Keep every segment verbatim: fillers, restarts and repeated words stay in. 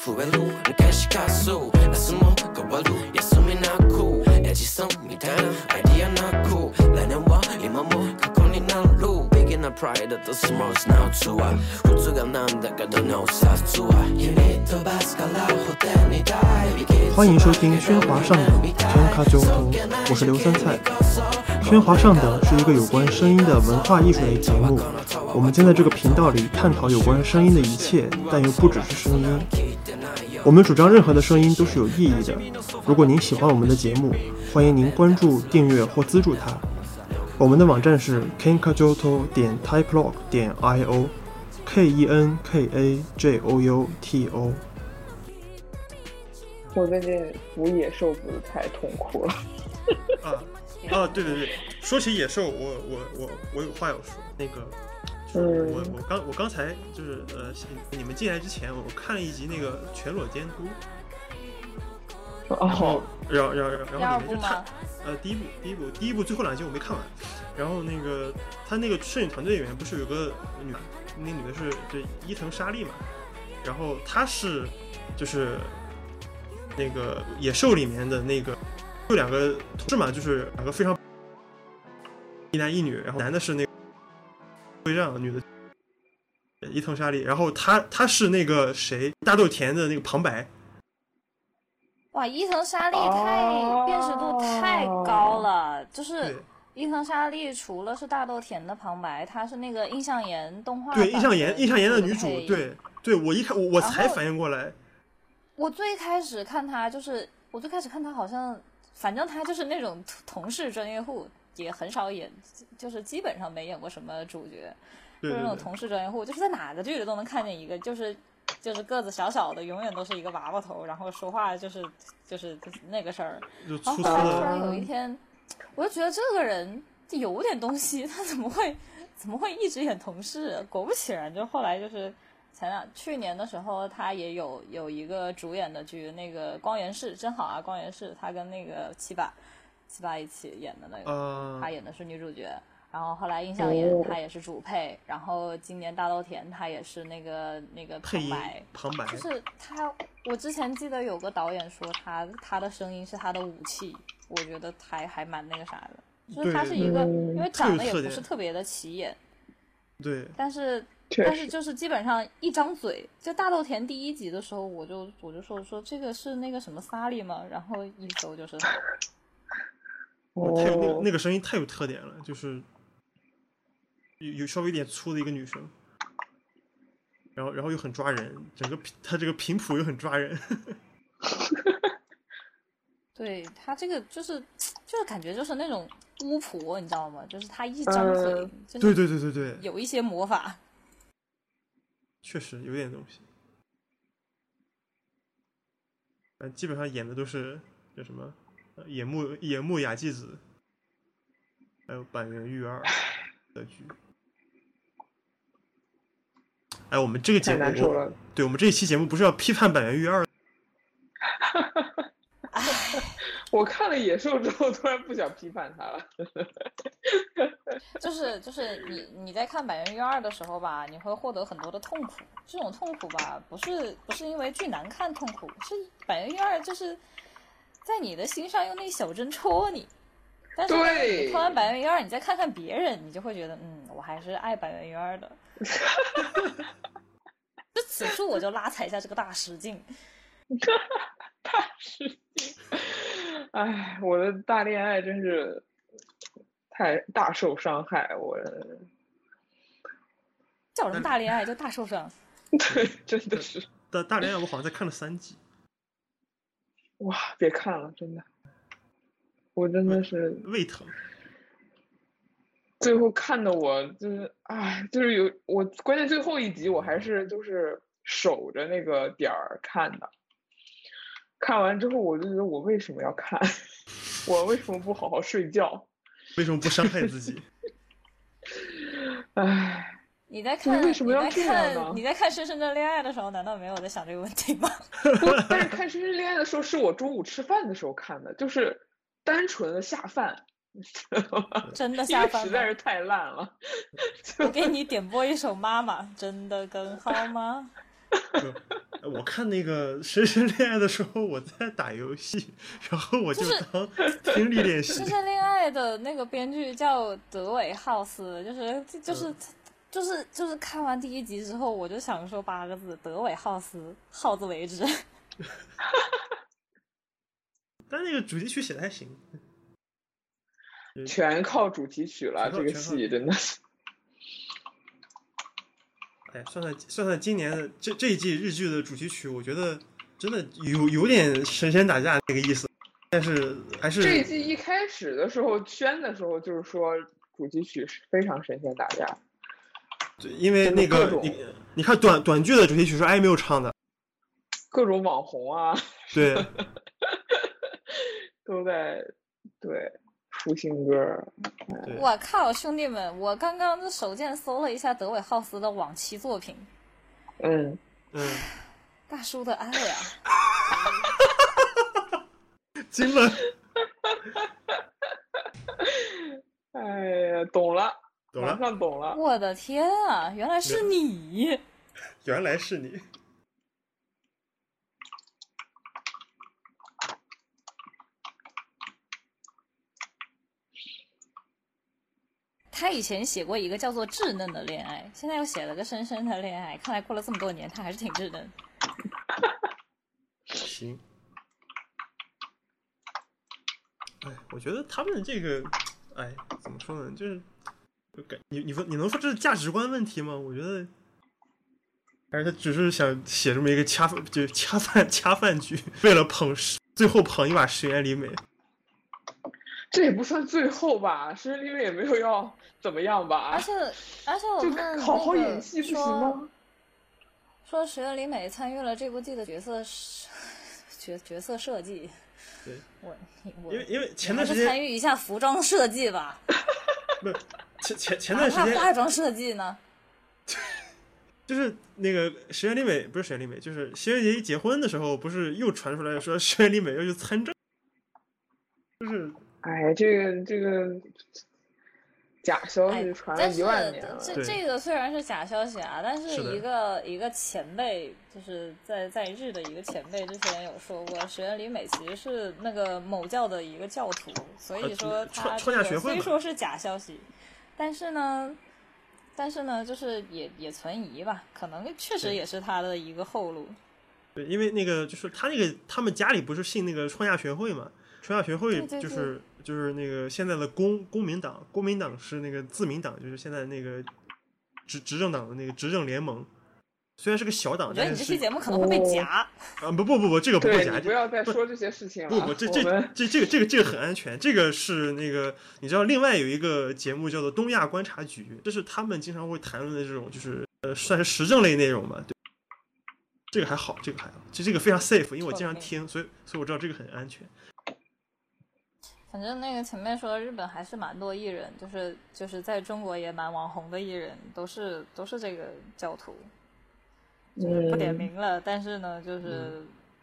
후회로 다시 가수 나스모 거발루 예수미 나고 애지성이다 아이디어 나고 내년와 이마모 가건이 날로 Big in the pride of the smalls now too 후주가 난다가 더 no size too You need to baskala 호텔이 die 欢迎收听喧哗上的全卡九头，我是刘三菜。喧哗上的是一个有关声音的文化艺术类节目，我们将在这个频道里探讨有关声音的一切，但又不只是声音。我们主张任何的声音都是有意义的。如果您喜欢我们的节目，欢迎您关注、订阅或资助它。我们的网站是 kenkajoto 点 typelog 点 io k e n k a j o u t o。 我最近捕野兽捕的太痛苦了。 啊啊，对对对，说起野兽，我我我我有话要说。那个，嗯、我我刚我刚才就是呃，你们进来之前，我看了一集那个《全裸监督》。 哦， 然后然后然后然后里面就看， 呃，第一部第一部第一部最后两集我没看完。然后那个他那个摄影团队里面不是有个女，那女的是就伊藤沙莉嘛，然后她是就是那个野兽里面的那个有两个同事嘛，就是两个非常一男一女，然后男的是那个会让，女的伊藤沙莉，然后他他是那个谁大豆田的那个旁白。 哇，伊藤沙莉太辨识度太高了，就是伊藤沙莉除了是大豆田的旁白，她是那个印象岩动画对印象岩印象岩的女主，对对，我一看我我才反应过来。 我最开始看她就是我最开始看她好像反正她就是那种同事专业户，也很少演，就是基本上没演过什么主角， 对对对， 就是那种同事专业户，就是在哪个剧里都能看见一个，就是就是个子小小的，永远都是一个娃娃头，然后说话就是就是就是那个事儿。 然后后来突然有一天，我就觉得这个人有点东西，他怎么会怎么会一直演同事？果不其然，就后来就是前两去年的时候，他也有有一个主演的剧，那个光源氏真好啊，光源氏他跟那个七把七把一起演的那个， 呃、 他演的是女主角。然后后来印象岩他也是主配，然后今年大豆田他也是那个那个旁白， 旁白就是他。我之前记得有个导演说他他的声音是他的武器，我觉得还还蛮那个啥的，就是他是一个，因为长得也不是特别的起眼， 对， 但是但是就是基本上一张嘴，就大豆田第一集的时候，我就我就说说这个是那个什么萨利吗？然后一搜就是他。 哦，太有那个那个声音太有特点了，就是有有稍微有点粗的一个女生，然后然后又很抓人，整个她这个频谱又很抓人。 对，她这个就是就是感觉就是那种巫婆，你知道吗？就是她一张嘴，呃、 对对对对对， 有一些魔法， 确实有点东西。呃，基本上演的都是叫什么？野木野木雅纪子，还有板垣裕二的剧。哎，我们这个节目，我对我们这一期节目不是要批判板垣裕二？ 我看了野兽之后，突然不想批判他了。 就是就是你你在看板垣裕二的时候吧，你会获得很多的痛苦。这种痛苦吧，不是不是因为剧难看痛苦，是板垣裕二就是在你的心上用那小针戳你。但是你看完板垣裕二，你再看看别人，你就会觉得，嗯，我还是爱板垣裕二的。就此处我就拉踩一下这个大石径。 大石径，哎，我的大恋爱真是太大受伤害，我叫人大恋爱就大受伤。 对，真的是。 大大恋爱我好像在看了三集。 哇，别看了，真的，我真的是胃疼。 最后看的我就是，哎，就是有我，关键最后一集我还是就是守着那个点儿看的。看完之后我就觉得我为什么要看？我为什么不好好睡觉？ 为什么不伤害自己？ 哎。 你在看为什么要这样呢？ 你在看《深深的恋爱》的时候，难道没有在想这个问题吗？ 但是看《深深恋爱》的时候，是我中午吃饭的时候看的，就是单纯的下饭， 真的下饭吗？ 实在是太烂了。 我给你点播一首《妈妈》，真的更好吗？ 我看那个《深深恋爱》的时候，我在打游戏，然后我就当听力练习。 深深恋爱的那个编剧叫德韦浩斯，就是就是、嗯、就是就是看完第一集之后，我就想说八个字：德韦浩斯，好自为之。 但那个主题曲写的还行， 全靠主题曲了，这个戏真的是。 哎，算算算算今年的这这一季日剧的主题曲，我觉得真的有有点神仙打架那个意思，但是还是这一季一开始的时候宣的时候就是说主题曲是非常神仙打架， 对，因为那个你你看短短剧的主题曲是艾缪唱的， 各种网红啊， 对， 都在对。出新歌， 我靠，兄弟们！我刚刚手贱搜了一下德韦浩斯的往期作品， 嗯嗯， 大叔的爱呀， 惊了！ 哎呀，懂了， 懂了， 马上懂了！ 我的天啊，原来是你！ 原来是你！ 他以前写过一个叫做稚嫩的恋爱，现在又写了个深深的恋爱，看来过了这么多年他还是挺稚嫩。 行，哎，我觉得他们这个，哎，怎么说呢，就是你你说你能说这是价值观问题吗？我觉得还是他只是想写这么一个恰饭就恰饭恰饭剧，为了捧最后捧一把石原里美。 这也不算最后吧，石原里美也没有要怎么样吧。 而且而且我看、那个、 好好演戏不行吗？ 说石原里美参与了这部剧的角色角角色设计。 对， 我我因为因为前段时间参与一下服装设计吧。 不，前前前段时间化妆设计呢？ 就是那个石原里美不是石原里美，就是新垣结衣结婚的时候，不是又传出来说石原里美要去参政，就是。 哎，这个这个假消息传了一万年了。 这这个虽然是假消息啊，但是一个一个前辈，就是在在日的一个前辈之前有说过，石原里美其实是那个某教的一个教徒，所以说他这个虽说是假消息，但是呢，但是呢，就是也也存疑吧，可能确实也是他的一个后路。 对，因为那个就是他那个他们家里不是信那个创亚学会嘛。创亚学会就是对对对就是那个现在的公公民党，公民党是那个自民党，就是现在那个执执政党的那个执政联盟。虽然是个小党， 我觉得你这期节目可能会被夹。 啊不不不不，这个不会夹。 你不要再说这些事情了。 不不，这这这这个这个这个很安全。这个是那个你知道，另外有一个节目叫做东亚观察局，这是他们经常会谈论的这种，就是呃算是时政类内容吧。对，这个还好，这个还好，其实这个非常 safe， 因为我经常听，所以所以我知道这个很安全。 反正那个前面说日本还是蛮多艺人，就是就是在中国也蛮网红的艺人，都是都是这个教徒，就是不点名了，嗯、但是呢，就是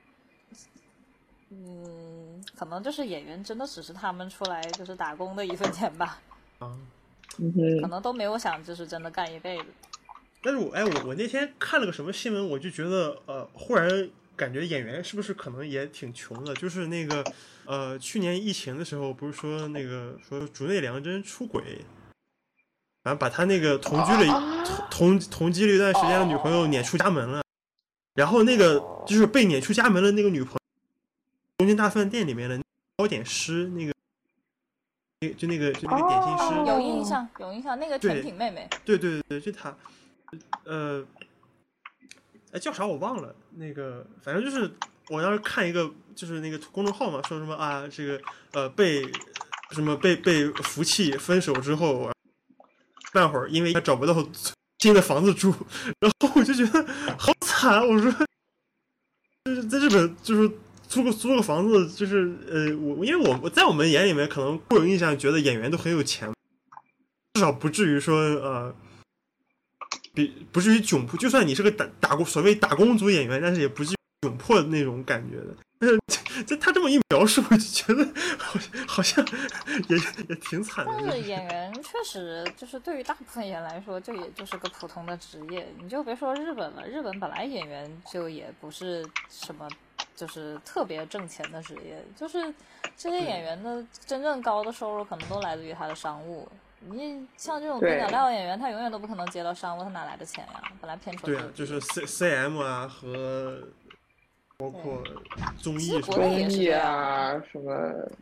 嗯，可能就是演员真的只是他们出来就是打工的一份钱吧， 啊， 可能都没有想就是真的干一辈子。 但是我哎，我我那天看了个什么新闻，我就觉得呃，忽然感觉演员是不是可能也挺穷的？就是那个。呃，去年疫情的时候，不是说那个说竹内良真出轨，然后把他那个同居了、啊、同同居了一段时间的女朋友撵出家门了，然后那个就是被撵出家门的那个女朋友，东京大饭店里面的糕点师，那个就那个就那个点心师， 有印象有印象，那个甜品妹妹， 对对对对，就她，呃，哎叫啥我忘了，那个反正就是。我当时看一个就是那个公众号嘛，说什么啊，这个呃被什么被被福气分手之后，半会儿因为他找不到新的房子住，然后我就觉得好惨。我说，就是在日本就是租个租个房子，就是呃我因为我我在我们眼里面可能固有印象觉得演员都很有钱，至少不至于说呃。比不至于窘迫，就算你是个打打工所谓打工族演员，但是也不至于窘迫的那种感觉的。但是这他这么一描述，我就觉得好好像也也挺惨的。 但是演员确实就是对于大部分演员来说，就也就是个普通的职业。你就别说日本了，日本本来演员就也不是什么就是特别挣钱的职业，就是这些演员的真正高的收入可能都来自于他的商务。你像这种边角料演员，他永远都不可能接到商务，他哪来的钱呀？本来片酬对啊，就是 C C M 啊和包括综艺什么综艺啊什么。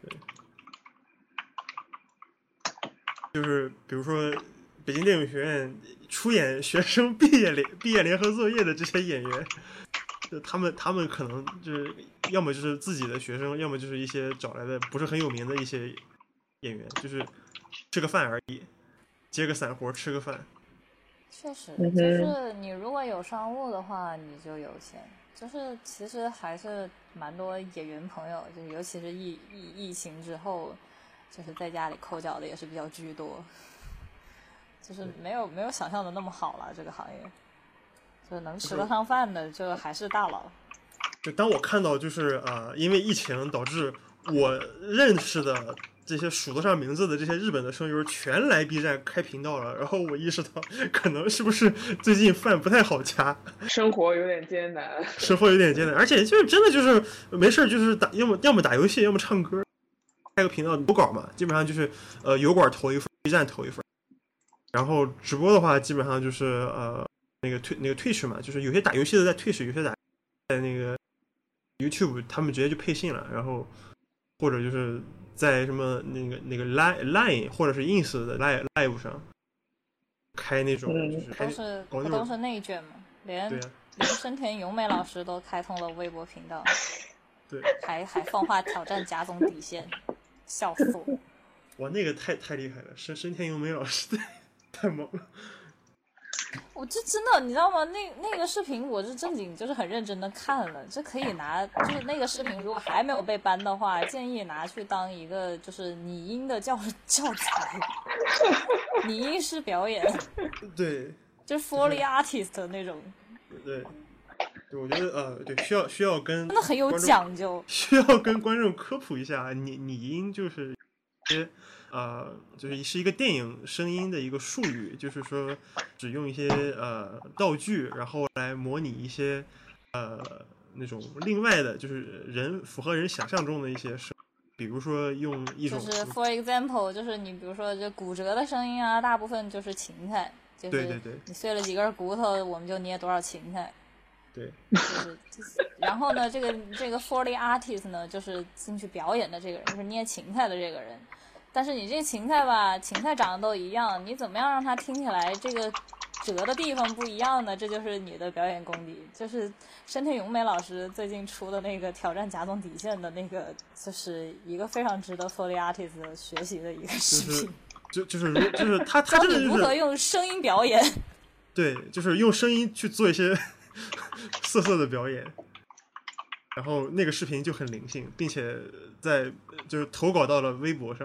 就是比如说北京电影学院出演学生毕业联毕业联合作业的这些演员，就他们他们可能就是要么就是自己的学生，要么就是一些找来的不是很有名的一些演员，就是吃个饭而已，接个散活吃个饭。 确实，就是你如果有商务的话，你就有钱。就是其实还是蛮多演员朋友，就尤其是疫疫疫情之后，就是在家里抠脚的也是比较居多。就是没有没有想象的那么好了，这个行业，就能吃得上饭的，就还是大佬。 就当我看到就是啊、呃，因为疫情导致我认识的这些数得上名字的这些日本的声优全来 B 站开频道了，然后我意识到可能是不是最近饭不太好夹， 生活有点艰难， 生活有点艰难，而且就是真的就是没事就是打，要么要么打游戏，要么唱歌，开个频道投稿嘛，基本上就是呃油管投一份 ，B 站投一份，然后直播的话基本上就是呃那个推那个 Twitch 嘛，就是有些打游戏的在 Twitch， 有些打在那个 YouTube， 他们直接就配信了，然后或者就是在什么那个那个 Line Line 或者是 Ins 的 Live Live 上开那种，就是都是不都是内卷嘛，连、啊、连深田咏美老师都开通了微博频道， 对， 还还放话挑战贾总底线，笑死我！ 哇，那个太太厉害了，深深田咏美老师太猛了。 我这真的，你知道吗？那那个视频我是正经，就是很认真的看了。这可以拿，就是那个视频如果还没有被ban的话，建议拿去当一个就是拟音的教教材，拟音师表演。 对， 就是 Foley artist 那种。 对，对，我觉得呃，对，需要需要跟真的很有讲究， 需要跟观众科普一下，拟拟音就是一些。呃，就是是一个电影声音的一个术语，就是说只用一些呃道具，然后来模拟一些呃那种另外的，就是人符合人想象中的一些声，比如说用一种， 就是 for example， 就是你比如说这骨折的声音啊，大部分就是芹菜，就是你碎了几根骨头，我们就捏多少芹菜。 对， 就是就是，然后呢，这个这个 Foley artist 呢，就是进去表演的这个人，就是捏芹菜的这个人。但是你这芹菜吧，芹菜长得都一样，你怎么样让它听起来这个折的地方不一样呢？这就是你的表演功底。就是深田咏美老师最近出的那个挑战贾总底线的那个，就是一个非常值得 Foley artist 学习的一个视频。 就就是就是他他真的就是如何用声音表演。 对，就是用声音去做一些色色的表演。然后那个视频就很灵性，并且在就是投稿到了微博上。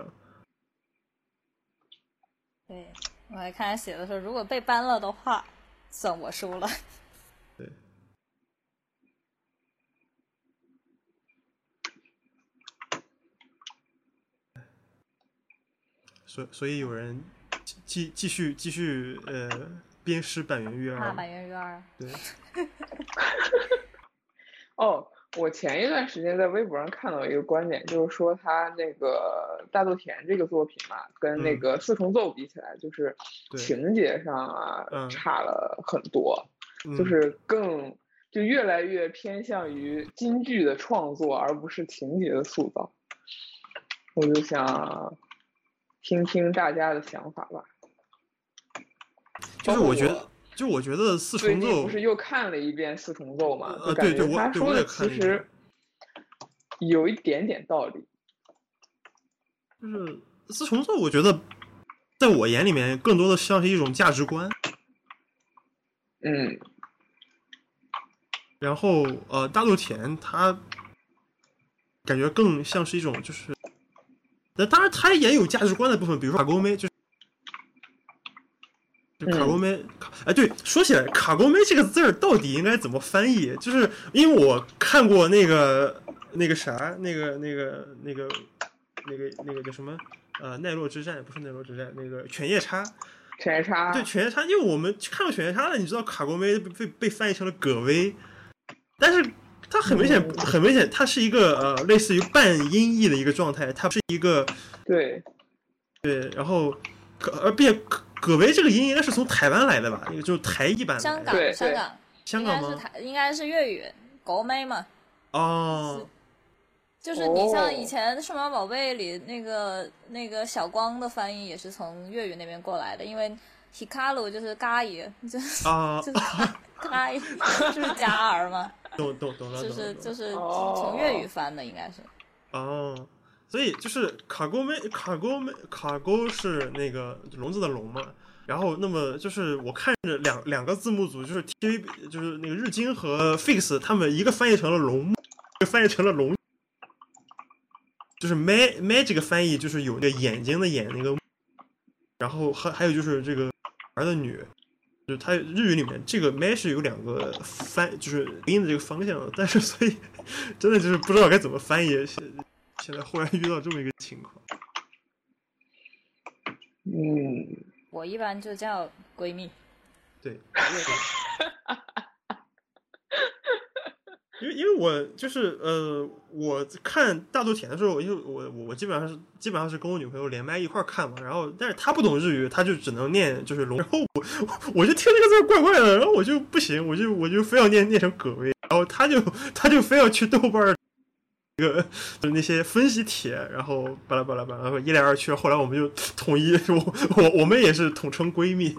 对，我还看他写的说，如果被ban了的话，算我输了。 对。所所以有人继继续继续呃鞭尸板垣育二。 骂板垣育二。 对。 哦。我前一段时间在微博上看到一个观点，就是说他那个大豆田这个作品嘛，跟那个四重奏比起来，就是情节上啊、嗯、差了很多， 嗯、 就是更就越来越偏向于京剧的创作，而不是情节的塑造。我就想听听大家的想法吧。 就是我觉得。就我觉得四重奏不是又看了一遍四重奏嘛？ 呃，对对， 他说的其实有一点点道理。 就是四重奏，我觉得在我眼里面更多的像是一种价值观。 嗯。 然后呃，大豆田他感觉更像是一种就是，那当然他也有价值观的部分，比如说卡勾妹就是。就卡勾妹，哎，对，说起来，卡勾妹这个字儿到底应该怎么翻译？就是因为我看过那个那个啥，那个那个那个那个那个叫什么呃奈落之战，不是奈落之战，那个犬夜叉。 犬夜叉对犬夜叉，因为我们看过犬夜叉的，你知道卡锅妹被被被翻译成了葛薇，但是它很明显、嗯、很明显，它是一个呃类似于半音译的一个状态，它不是一个对对，然后而并且葛薇这个音应该是从台湾来的吧，那个就是台译版的， 香港香港香港吗？ 应该是台应该是粤语国妹嘛。 哦。 就是你像以前《数码宝贝》里那个那个小光的翻译也是从粤语那边过来的，因为 Hikaru 就是嘎爷，就是啊，就是嘎爷，就是加儿嘛。 懂懂懂了， 就是就是从粤语翻的，应该是。 哦，所以就是卡沟妹卡沟妹卡沟是那个笼子的笼嘛，然后那么就是我看着两两个字幕组，就是 T V 就是那个日经和 Fix 他们一个翻译成了龙，一个翻译成了龙。就是 May May 这个翻译就是有那个眼睛的眼那个，然后还还有就是这个儿的女，就是它日语里面这个 May 是有两个翻，就是音的这个方向的，但是所以真的就是不知道该怎么翻译，现现在忽然遇到这么一个情况。 嗯， 我一般就叫闺蜜。 对。因为因为我就是呃，我看大豆田的时候，因为我我我基本上是基本上是跟我女朋友连麦一块看嘛，然后但是她不懂日语，她就只能念就是龙，然后我我就听这个字怪怪的，然后我就不行，我就我就非要念念成葛薇，然后她就她就非要去豆瓣这个就是那些分析帖，然后巴拉巴拉巴拉，然后一来二去，后来我们就统一，我我我们也是统称闺蜜。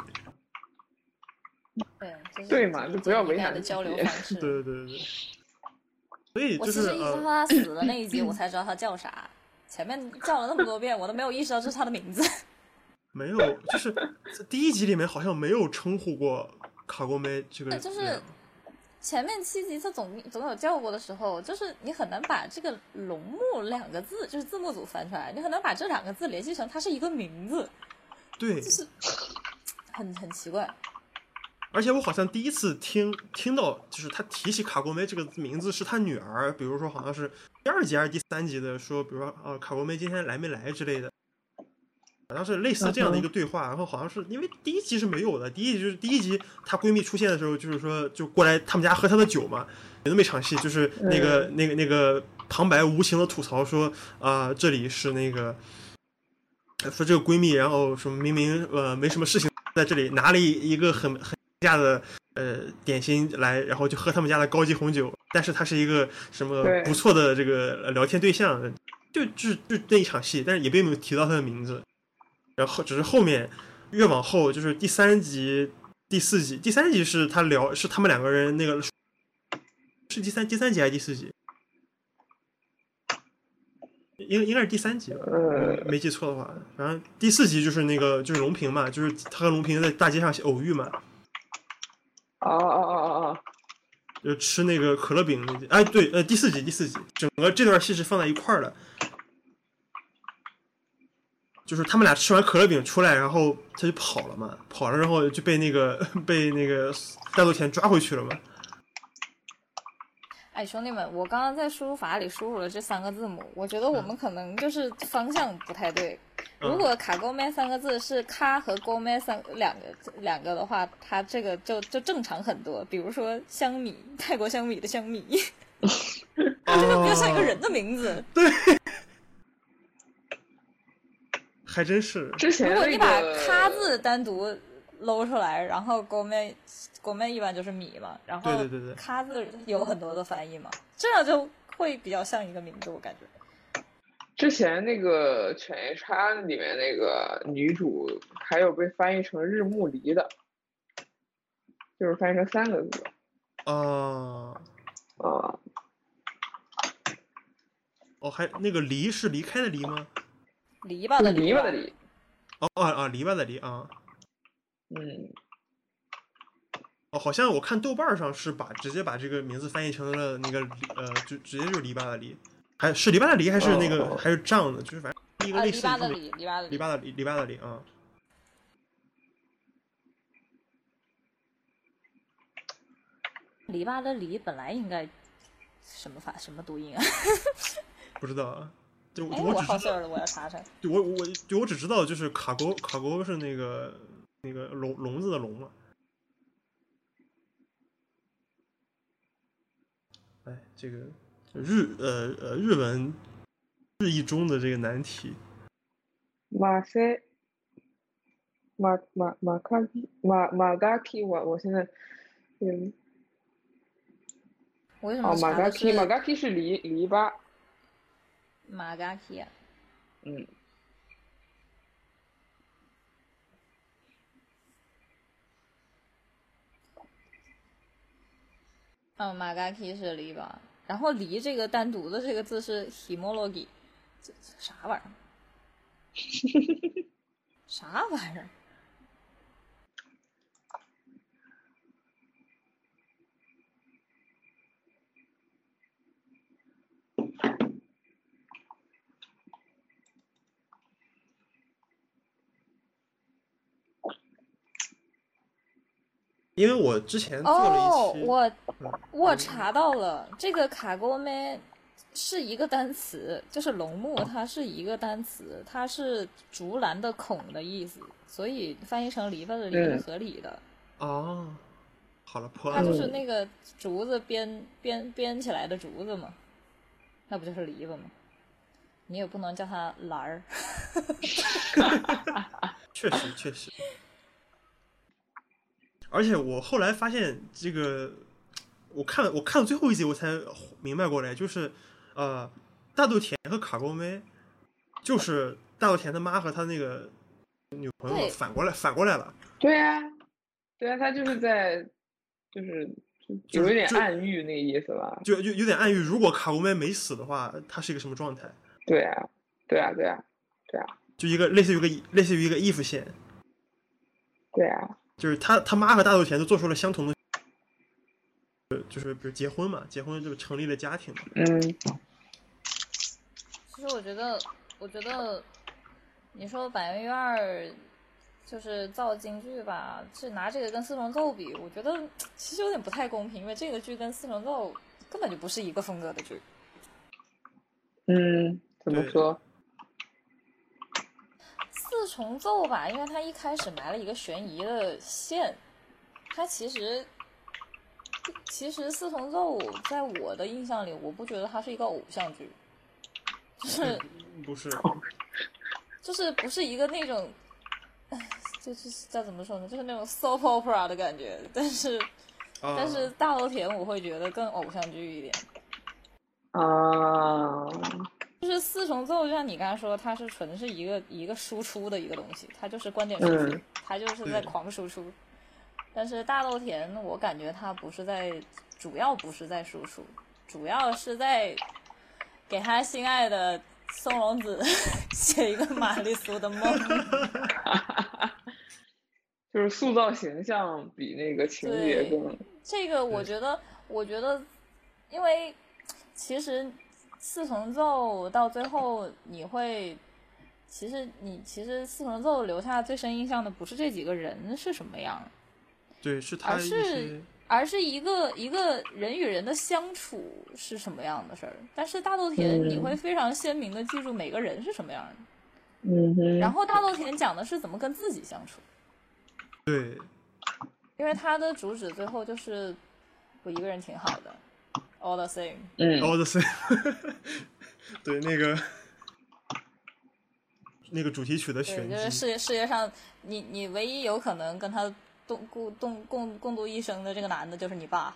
对，就是对嘛，就不要为难的交流方式。 对对对对。所以就是我其实一直到他死的那一集，我才知道他叫啥。前面叫了那么多遍，我都没有意识到这是他的名字。 没有，就是第一集里面好像没有称呼过卡锅妹这个。 就是前面七集他总总有叫过的时候，就是你很难把这个龙木两个字，就是字幕组翻出来，你很难把这两个字联系成它是一个名字。 对， 就是很很奇怪。 而且我好像第一次听听到，就是他提起卡锅妹这个名字是他女儿，比如说好像是第二集还是第三集的，说比如说啊卡锅妹今天来没来之类的，好像是类似这样的一个对话。然后好像是因为第一集是没有的，第一集就是第一集她闺蜜出现的时候，就是说就过来他们家喝她的酒嘛，有那么一场戏，就是那个、嗯、那个那个旁白无情的吐槽说啊、呃、这里是那个说这个闺蜜，然后什么明明呃没什么事情，在这里拿了一个很很家的呃点心来，然后就喝他们家的高级红酒，但是他是一个什么不错的这个聊天对象，就就就那一场戏，但是也并没有提到他的名字。然后只是后面越往后，就是第三集、第四集，第三集是他聊是他们两个人那个是第三第三集还是第四集？应应该是第三集吧，没记错的话。然后第四集就是那个就是龙平嘛，就是他和龙平在大街上偶遇嘛。 哦哦哦哦哦， 就吃那个可乐饼那集，哎，对，呃，第四集，第四集，整个这段戏是放在一块儿的，就是他们俩吃完可乐饼出来，然后他就跑了嘛，跑了，然后就被那个被那个大豆田抓回去了嘛。 哎，兄弟们，我刚刚在输入法里输入了这三个字母，我觉得我们可能就是方向不太对。如果卡沟妹三个字是咖和沟妹三两个两个的话，它这个就就正常很多。比如说香米，泰国香米的香米，它这个比较像一个人的名字。 对，还真是。 之前、 那个、如果你把咖字单独搂出来，然后沟妹沟妹一般就是米嘛，然后咖字有很多的翻译嘛，这样就会比较像一个名字，我感觉。 之前那个犬夜叉里面那个女主还有被翻译成日暮离的，就是翻译成三个字。 啊啊哦，还那个离是离开的离吗？ 篱笆的篱笆的篱。 哦啊啊，篱笆的篱啊。 嗯。 哦，好像我看豆瓣上是把直接把这个名字翻译成了那个呃，就直接就是篱笆的篱。还是篱笆的篱还是那个、哦、还是杖的，就是反正一个类似的篱笆的篱， 篱笆的篱，篱笆的篱啊。 篱笆的篱本来应该什么法什么读音啊？ 不知道啊， 就哎， 我只知道， 我好事儿了，我要查查。 对我我对我只知道就是卡沟卡沟是那个那个笼笼子的笼嘛。哎，这个日呃呃日文日译中的这个难题。 马塞马马马卡基马马嘎基，我我现在嗯我为什么哦马嘎查的是基马嘎基是篱篱笆， 马嘎基啊？ 嗯。 嗯，马嘎基是篱笆，然后篱这个单独的这个字是 himologi， 这啥玩意儿？啥玩意儿？ 因为我之前做了一期， 哦，我嗯、 我查到了，这个卡沟妹是一个单词，就是龙木，它是一个单词，它是竹篮的孔的意思，所以翻译成篱笆的篱是合理的。 哦，好了，破它案了。 就是那个竹子编编编起来的竹子嘛，那不就是篱笆吗？你也不能叫它篮儿。 确实确实。而且我后来发现，这个我看了我看到最后一集，我才明白过来，就是呃，大豆田和卡沟妹，就是大豆田他妈和他那个女朋友对反过来反过来了。 对啊，对啊，他就是在，就是就有一点就暗喻那个意思吧。 就就有点暗喻，如果卡沟妹没死的话，他是一个什么状态？ 对啊，对啊，对啊，对啊， 就一个类似于一个类似于一个 if 线， 对啊， 就是他他妈和大豆田都做出了相同的，就是比如结婚嘛，结婚就成立了家庭嘛。 嗯， 其实我觉得，我觉得你说板垣瑞二就是造京剧吧，是拿这个跟四重奏比，我觉得其实有点不太公平，因为这个剧跟四重奏根本就不是一个风格的剧。 嗯，怎么说？ 四重奏吧，因为它一开始埋了一个悬疑的线，它其实其实四重奏在我的印象里，我不觉得它是一个偶像剧，就是不是， 就是不是一个那种，就是叫怎么说呢，就是那种 soap opera 的感觉，但是、 啊、 但是大豆田我会觉得更偶像剧一点。 啊， 就是四重奏，就像你刚才说，它是纯是一个一个输出的一个东西，它就是观点输出， 嗯它就是在狂输出。但是大豆田，我感觉它不是在，主要不是在输出，主要是在给他心爱的松隆子写一个玛丽苏的梦。 就是塑造形象比那个情节更。 这个我觉得，我觉得，因为其实四重奏到最后你会，其实你其实四重奏留下最深印象的不是这几个人是什么样， 对，是他而一些是而是一个一个人与人的相处是什么样的事儿。但是大豆田嗯你会非常鲜明的记住每个人是什么样的， 嗯哼。 然后大豆田讲的是怎么跟自己相处。 对， 因为他的主旨最后就是我一个人挺好的 ，all the same。 嗯 all the same 对，那个那个主题曲的对， 选就是集， 世界世界上你你唯一有可能跟他共共共共共度一生的这个男的就是你爸。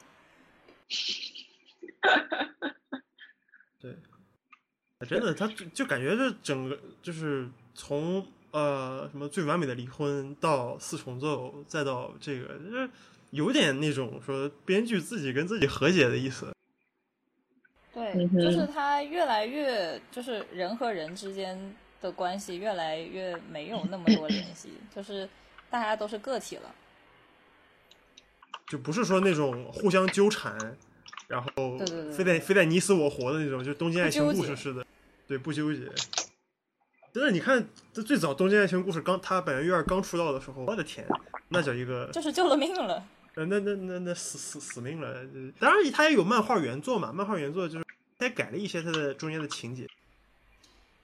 对，真的，他就就感觉这整个就是从呃什么最完美的离婚到四重奏，再到这个，就是有点那种说编剧自己跟自己和解的意思。 对， 嗯哼就是他越来越就是人和人之间的关系越来越没有那么多联系，就是大家都是个体了。 就不是说那种互相纠缠，然后对对对非得非得你死我活的那种，就东京爱情故不纠结事似的，对，不纠结。真的，你看这最早东京爱情故事刚他板垣瑞二刚出道的时候，我的天，那叫一个， 就是救了命了。 呃，那那那那死死死命了。当然，他也有漫画原作嘛，漫画原作就是他也改了一些他的中间的情节。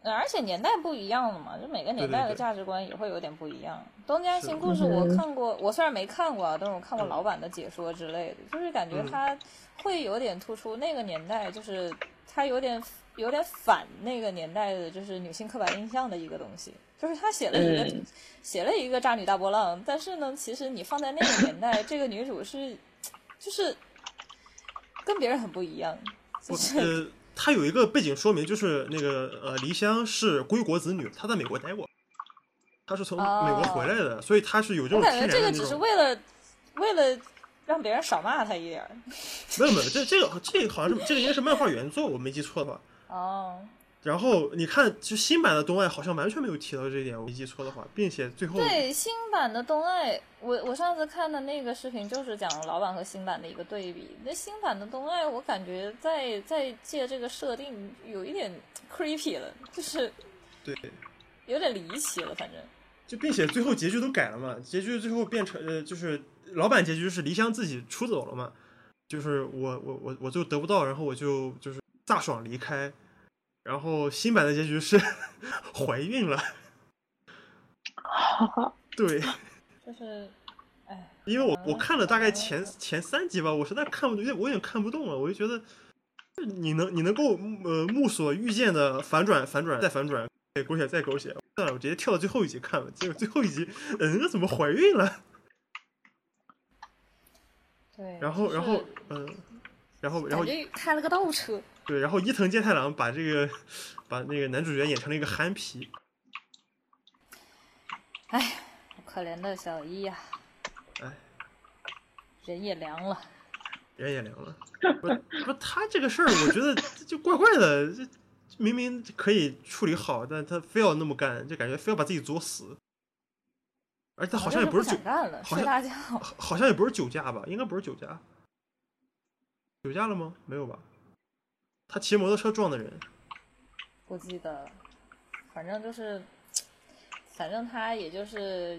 而且年代不一样了嘛，就每个年代的价值观也会有点不一样。东家新故事我看过，我虽然没看过啊，但是我看过老版的解说之类的，就是感觉它会有点突出那个年代，就是它有点有点反那个年代的，就是女性刻板印象的一个东西。就是他写了一个、嗯、写了一个渣女大波浪，但是呢，其实你放在那个年代，这个女主是就是跟别人很不一样。就是呃，她有一个背景说明，就是那个呃，黎香是归国子女，她在美国待过，她是从美国回来的，哦、所以她是有这种。 我感觉这个只是为了为了让别人少骂她一点。 没有没有，这这个这个好像是这个应该是漫画原作，我没记错的话。 哦。 然后你看，就新版的东爱好像完全没有提到这一点，我没记错的话，并且最后对新版的东爱，我我上次看的那个视频就是讲老版和新版的一个对比。那新版的东爱，我感觉在在借这个设定有一点 creepy 了，就是对， 有点离奇了，反正就并且最后结局都改了嘛，结局最后变成呃，就是老版结局是黎香自己出走了嘛，就是我我我我就得不到，然后我就就是飒爽离开。然后新版的结局是怀孕了，对， 就是，哎， 因为我我看了大概前前三集吧，我实在看不懂，我有点看不动了，我就觉得你能你能够呃目所预见的反转反转再反转，狗血再狗血，算了，我直接跳到最后一集看了，结果最后一集，嗯，怎么怀孕了？ 对， 然后然后嗯，然后然后开了个倒车。 对，然后伊藤健太郎把这个把那个男主角演成了一个憨皮， 哎，可怜的小一呀、啊， 哎， 人也凉了， 人也凉了。不不，他这个事儿，我觉得就怪怪的，这明明可以处理好，但他非要那么干，就感觉非要把自己作死。而且他好像也不是酒，好像好像也不是酒驾吧？应该不是酒驾，酒驾了吗？没有吧？他骑摩托车撞的人， 不记得，反正就是，反正他也就是，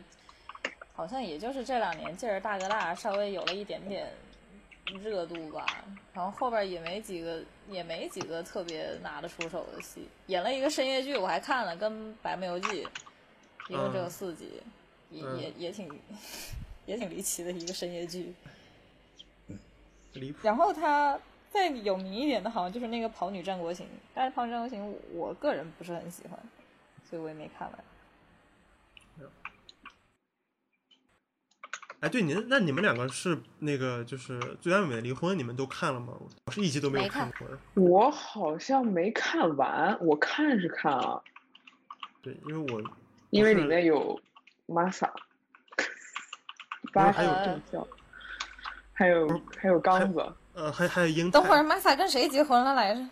好像也就是这两年劲儿大哥大稍微有了一点点热度吧，然后后边也没几个也没几个特别拿得出手的戏，演了一个深夜剧我还看了，跟《白眉游记》，一共只有四集，嗯、也、嗯、也也挺也挺离奇的一个深夜剧， 离谱。 然后他。再有名一点的好像就是那个《跑女战国行》，但是《跑女战国行》我个人不是很喜欢，所以我也没看完。 哎，对，您那你们两个是那个就是《最爱美的离婚》，你们都看了吗？我是一集都没有看过。 我好像没看完，我看是看了。 对，因为我因为里面有 Masa， 八还有正教，还有还有刚子。 呃，还还有樱。 等会儿玛萨跟谁结婚了来着？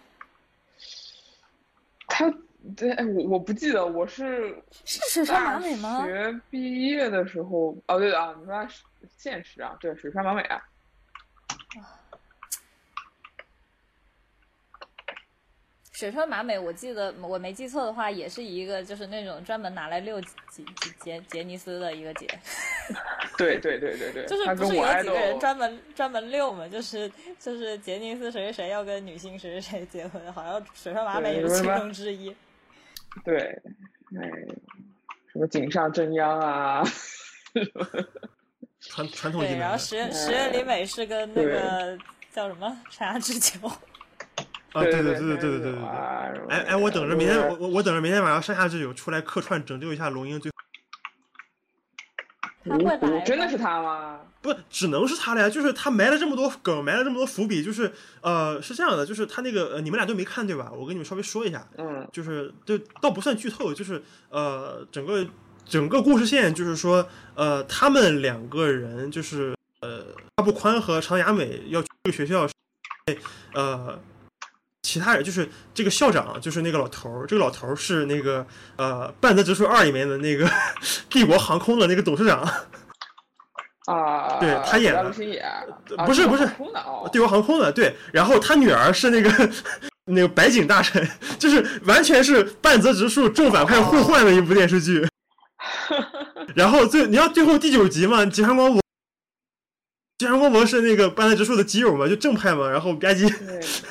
他对，我我不记得，我是是水川麻美吗？ 学毕业的时候，哦对啊，你说现实啊，对，水川麻美啊。 水川麻美，我记得我没记错的话，也是一个就是那种专门拿来遛杰杰杰尼斯的一个姐。 对对对对对， 就是不是有几个人专门专门遛嘛？就是就是杰尼斯谁谁谁要跟女性谁谁谁结婚，好像水川麻美也是其中之一。 对，哎，什么井上真央啊， 传传统。 对，然后石石原里美是跟那个叫什么山下智久。 啊，对对对对对对对对！哎哎，我等着明天，我我等着明天晚上山下智久出来客串拯救一下龙樱最。 他会来？ 真的是他吗？ 不，只能是他了呀！就是他埋了这么多梗，埋了这么多伏笔，就是呃，是这样的，就是他那个、呃、你们俩都没看对吧？我跟你们稍微说一下， 嗯， 就是就倒不算剧透，就是呃，整个整个故事线就是说，呃，他们两个人就是呃，阿部宽和长雅美要去这个学校，呃。其他人就是这个校长，就是那个老头儿。这个老头儿是那个呃《半泽直树二》里面的那个帝国航空的那个董事长啊。 对，他演的，不是不是帝国航空的，对。然后他女儿是那个那个白井大臣，就是完全是半泽直树正反派互换的一部电视剧。然后最你要最后第九集嘛，吉川光博，吉川光博是那个半泽直树的基友嘛，就正派嘛。然后吧唧。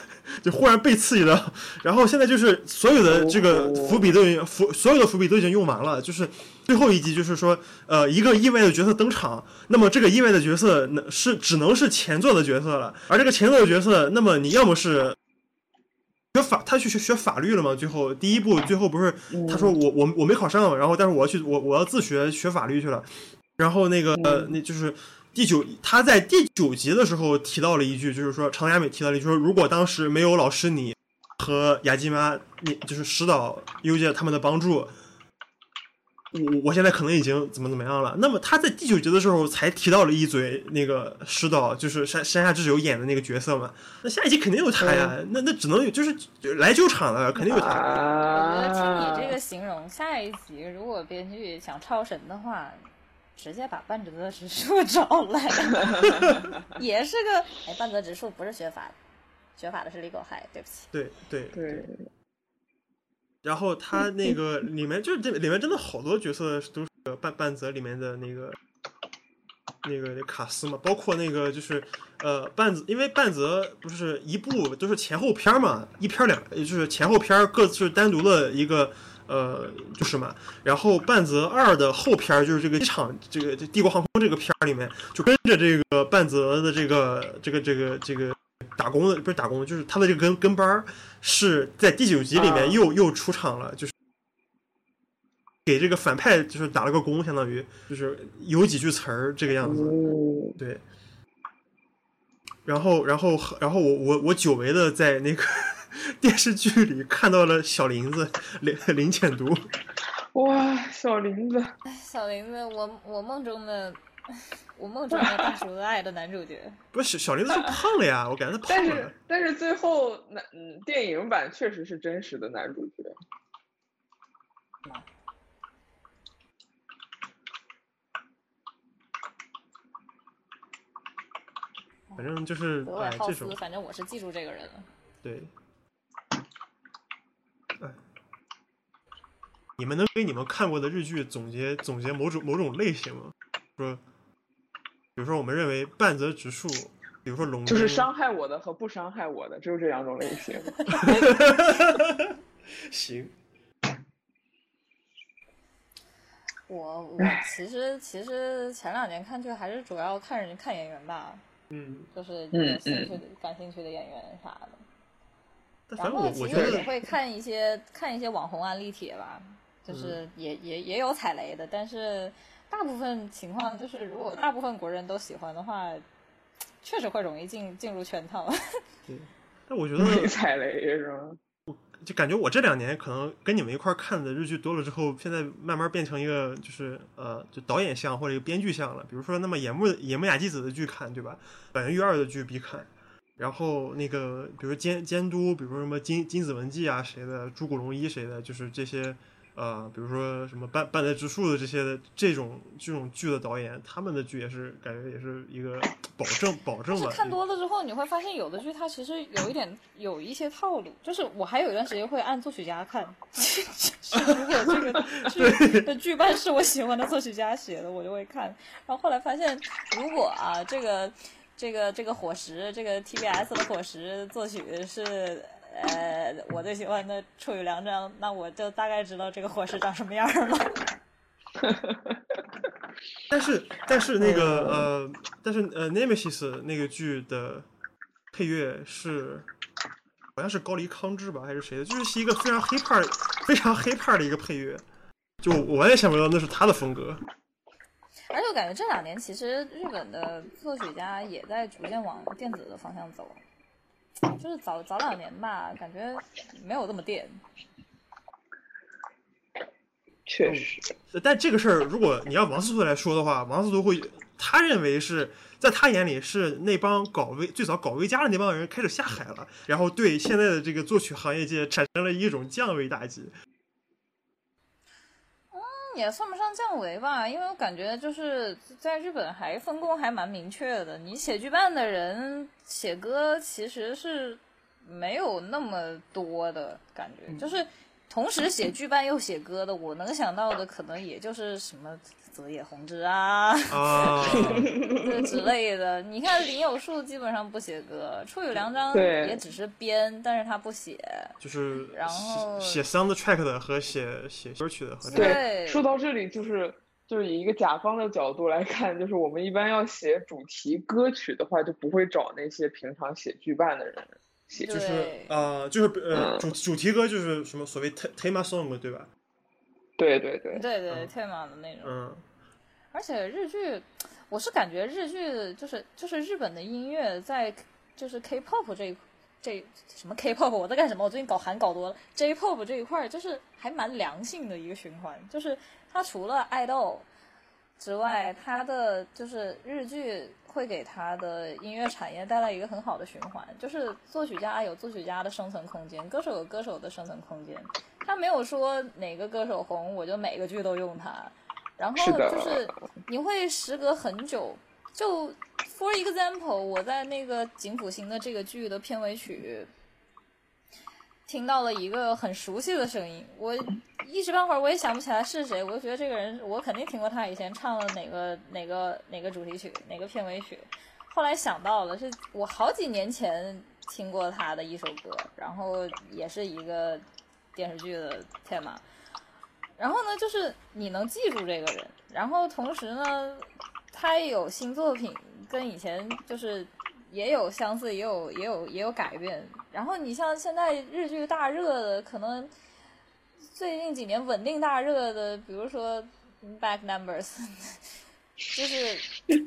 就忽然被刺激到，然后现在就是所有的这个伏笔都已经伏所有的伏笔都已经用完了，就是最后一集就是说，呃，一个意外的角色登场，那么这个意外的角色是只能是前作的角色了，而这个前作的角色，那么你要么是学法，他去学学法律了嘛？最后第一部最后不是他说我我我没考上，然后但是我要去我我要自学学法律去了，然后那个呃那就是第九他在第九集的时候提到了一句，就是说长雅美提到了一句说，如果当时没有老师你和雅基妈你就是石岛优介他们的帮助。我我现在可能已经怎么怎么样了。那么他在第九集的时候才提到了一嘴那个石岛，就是山山下智久演的那个角色嘛。那下一集肯定有他呀，嗯、那那只能有就是来救场了，肯定有他。 我觉得听你这个形容，下一集如果编剧想超神的话，直接把半泽直树找来，也是个哎，半泽直树不是学法的，学法的是李狗海，对不起。 对对对。 然后他那个里面就是这里面真的好多角色都是半半泽里面的那个那个卡斯嘛，包括那个就是呃半泽，因为半泽不是一部都是前后篇嘛，一篇两就是前后篇各自是单独的一个呃就是嘛，然后半泽二的后篇就是这个机场这个帝国航空这个片里面就跟着这个半泽的这个这个这个这个打工的不是打工，就是他的这个跟跟班是在第九集里面又、uh. 又出场了，就是给这个反派就是打了个工，相当于就是有几句词儿这个样子， uh. 对。然后然后然后我我我久违的在那个电视剧里看到了小林子林林浅读， 哇，小林子， 小林子，我我梦中的。我梦中的大叔的爱的男主角不是小林子是胖了呀，我感觉他胖了。 但是但是最后男嗯电影版确实是真实的男主角。 反正就是格外浩斯、 哎、 反正我是记住这个人了。 对。哎。你们能给你们看过的日剧总结总结某种某种类型吗？说，比如说我们认为半泽直树，比如说龙， 就是伤害我的和不伤害我的，只有这两种类型。 行。 我我其实其实前两年看剧还是主要看人看演员吧， 嗯， 就是有兴趣的、嗯、感兴趣的演员啥的。 但然后其实也会看一些看一些网红案例帖吧，就是也、嗯、也也有踩雷的，但是大部分情况就是如果大部分国人都喜欢的话，确实会容易进进入圈套。 对，但我觉得没踩雷是吗？ 就感觉我这两年可能跟你们一块看的日剧多了之后，现在慢慢变成一个就是呃就导演向或者一个编剧向了。比如说那么野木野木雅纪子的剧看，对吧？板垣裕二的剧必看。然后那个比如监监督，比如说什么金金子文纪啊谁的，朱古龙一谁的，就是这些呃比如说什么半半泽直树的这些的这种这种剧的导演，他们的剧也是感觉也是一个保证保证吧。 但是看多了之后你会发现有的剧它其实有一点有一些套路，就是我还有一段时间会按作曲家看，如果这个剧的剧伴是我喜欢的作曲家写的我就会看，然后后来发现如果啊这个这个这个伙食，这个 T B S 的伙食作曲是呃我最喜欢的处与良章，那我就大概知道这个伙食长什么样了。 但是但是那个呃但是呃 Nemesis 那个剧的配乐是好像是高梨康之吧还是谁的，就是一个非常黑派非常黑派的一个配乐，就我完全想不到那是他的风格。 而且我感觉这两年其实日本的作曲家也在逐渐往电子的方向走，就是早早两年吧，感觉没有这么电。 确实， 但这个事儿，如果你要王思图来说的话，王思图会，他认为是在他眼里是那帮搞微最早搞微加的那帮人开始下海了，然后对现在的这个作曲行业界产生了一种降维打击。 也算不上降维吧，因为我感觉就是在日本还分工还蛮明确的，你写剧伴的人写歌其实是没有那么多的感觉，就是同时写剧伴又写歌的，我能想到的可能也就是什么泽野弘之啊啊这之类的。你看林有树基本上不写歌，出羽良章也只是编，但是他不写， 就是然后写 soundtrack 的和写写歌曲的和这对， 对说到这里就是就是以一个甲方的角度来看，就是我们一般要写主题歌曲的话，就不会找那些平常写剧伴的人写， 就是对呃就是呃嗯主主题歌就是什么所谓 theme song 对吧？ 对对对对对特马的那种。 嗯， 而且日剧，我是感觉日剧就是就是日本的音乐在就是 K-pop 这一这什么 K-pop 我在干什么？我最近搞韩搞多了。J-pop 这一块就是还蛮良性的一个循环，就是它除了爱豆之外，它的就是日剧会给它的音乐产业带来一个很好的循环，就是作曲家有作曲家的生存空间，歌手有歌手的生存空间。他没有说哪个歌手红我就每个剧都用它，然后就是你会时隔很久，就 for example 我在那个井浦新的这个剧的片尾曲听到了一个很熟悉的声音，我一时半会儿我也想不起来是谁，我就觉得这个人我肯定听过他以前唱了哪个哪个哪个主题曲哪个片尾曲，后来想到了是我好几年前听过他的一首歌，然后也是一个电视剧的 tema， 然后呢就是你能记住这个人，然后同时呢他也有新作品跟以前就是也有相似也有也有也有改变，然后你像现在日剧大热的可能最近几年稳定大热的比如说 Back Numbers 就是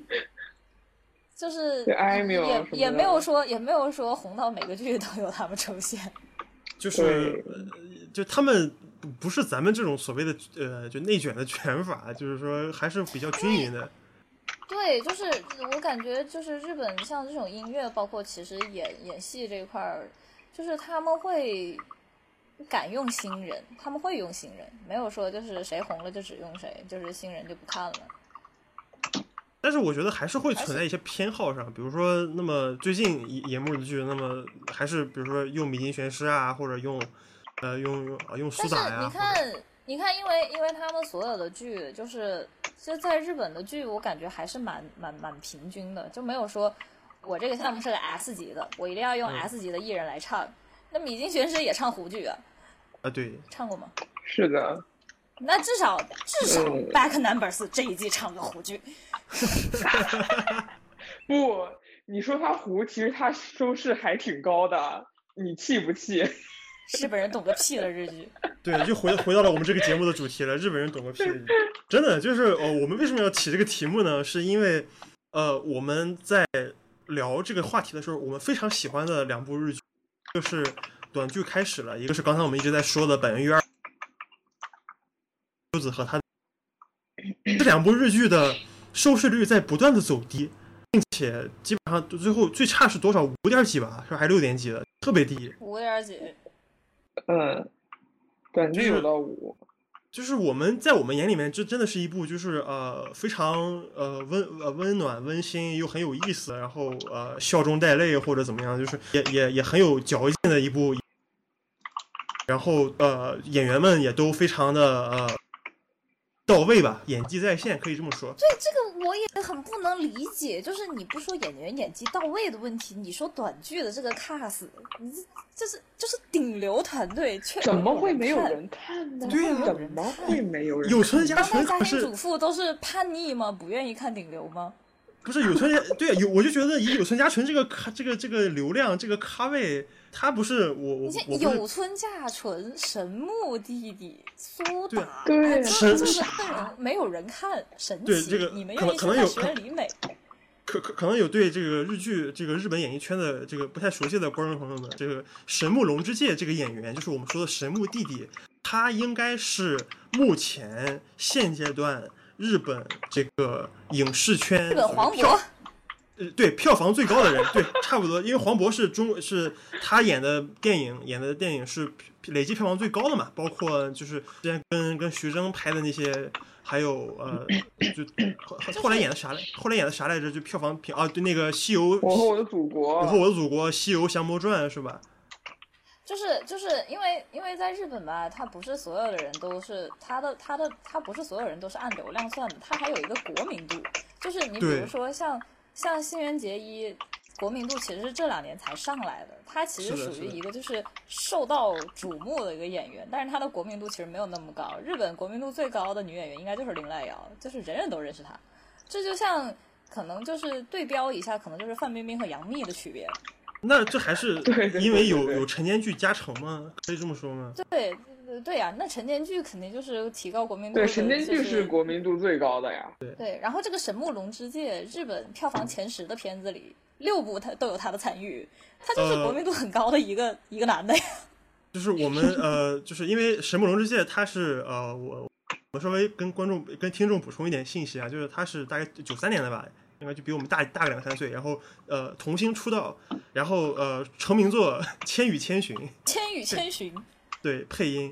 就是也也没有说也没有说红到每个剧都有他们出现， 就是就他们不是咱们这种所谓的呃就内卷的卷法，就是说还是比较均匀的。 对，就是我感觉就是日本像这种音乐，包括其实演演戏这一块儿，就是他们会敢用新人，他们会用新人，没有说就是谁红了就只用谁，就是新人就不看了。 但是我觉得还是会存在一些偏好上，比如说，那么最近野幕的剧，那么还是比如说用米津玄师啊，或者用呃用用用苏打呀。 但是你看，你看，因为因为他们所有的剧，就是就在日本的剧，我感觉还是蛮蛮蛮平均的，就没有说我这个项目是个 S 级的，我一定要用 S 级的艺人来唱。嗯、那米津玄师也唱胡剧啊？ 啊，对， 唱过吗？ 是的。 那至少至少 Back Numbers 这一季唱个胡剧。 不，你说他胡，其实他收视还挺高的，你气不气？ 日本人懂个屁的日剧。 对，就回回到了我们这个节目的主题了。日本人懂个屁的日剧，真的就是呃，我们为什么要提这个题目呢？是因为呃，我们在聊这个话题的时候，我们非常喜欢的两部日剧，就是短剧开始了，一个是刚才我们一直在说的板垣瑞二优子和他这两部日剧的收视率在不断的走低，并且基本上最后最差是多少？五点几吧，是还六点几的，特别低。 五点几。 嗯，短剧有到五。 就是我们在我们眼里面，这真的是一部就是呃非常呃温呃温暖温馨又很有意思，然后呃笑中带泪或者怎么样，就是也也也很有嚼劲的一部。然后呃演员们也都非常的呃。到位吧，演技在线，可以这么说。 对，这个我也很不能理解，就是你不说演员演技到位的问题，你说短剧的这个 cast， 你这这是就是顶流团队，却怎么会没有人看呢？ 对呀、 啊，怎么会没有人看？ 有村架纯家庭主妇都是叛逆吗？不愿意看顶流吗？ 不是有村架，对啊，有我就觉得以有村架纯这个咖这个这个流量这个咖位，他不是我我我有村架纯、神木弟弟、苏打， 对， 这就是没有人看，神奇。 对这个你们愿意去看学院里美？ 可可可能有对这个日剧这个日本演艺圈的这个不太熟悉的观众朋友们，这个神木隆之介这个演员，就是我们说的神木弟弟，他应该是目前现阶段日本这个影视圈日本黄渤。 呃，对，票房最高的人，对，差不多，因为黄渤是中是他演的电影，演的电影是累计票房最高的嘛，包括就是之前跟跟徐峥拍的那些，还有呃，就后来演的啥来，后来演的啥来着？就票房平啊，对，那个西游， 我和我的祖国， 我和我的祖国，西游降魔传是吧？ 就是就是因为因为在日本吧，它不是所有的人都是它的它的它不是所有人都是按流量算的，它还有一个国民度，就是你比如说像像新垣结衣，国民度其实是这两年才上来的，他其实属于一个就是受到瞩目的一个演员，但是他的国民度其实没有那么高。日本国民度最高的女演员应该就是林濑遥，就是人人都认识她。这就像可能就是对标一下，可能就是范冰冰和杨幂的区别。 那这还是因为有有晨间剧加成吗？可以这么说吗？ 对对呀、啊，那晨间剧肯定就是提高国民度。 对，晨间剧是国民度最高的呀。 对对，然后这个神木隆之介，日本票房前十的片子里，六部他都有他的参与，他就是国民度很高的一个、呃、一个男的呀。 就是我们呃，就是因为神木隆之介他是呃，我我稍微跟观众跟听众补充一点信息啊，就是他是大概九三年的吧。应该就比我们大大个两三岁，然后呃童星出道，然后呃成名作《千与千寻》， 千与千寻， 对配音，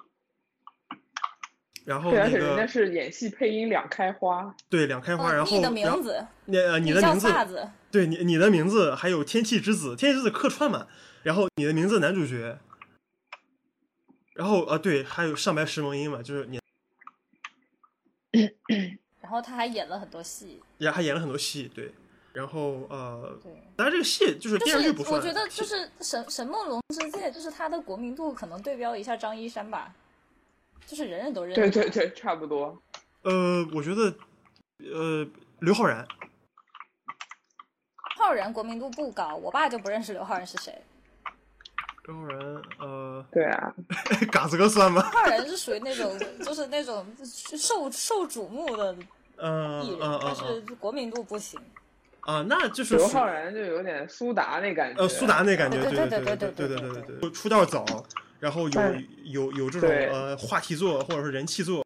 然后对， 那而且人家个是演戏配音两开花， 对两开花， 哦、 然后你的名字， 你呃你的名字， 子对你你的名字，还有天气之子，天气之子客串嘛，然后你的名字男主角，然后啊、呃、对，还有上白石萌音嘛，就是你。 然后他还演了很多戏， 也还演了很多戏，对。然后呃， 对， 当然这个戏就是电视剧不算。 就是、我觉得就是神神木隆之介，就是他的国民度可能对标一下张一山吧，就是人人都认识。 对对对，差不多。 呃，我觉得呃刘昊然， 浩然国民度不高，我爸就不认识刘昊然是谁。 刘昊然，呃， 对啊， 嘎子哥算吗？ 浩然是属于那种就是那种受受瞩目的艺人， 呃、 但是国民度不行。 啊，那就是刘昊然就有点苏达那感觉。 呃，苏达那感觉，对对对对对对对对对，出道早，然后有有有这种呃话题作或者是人气作。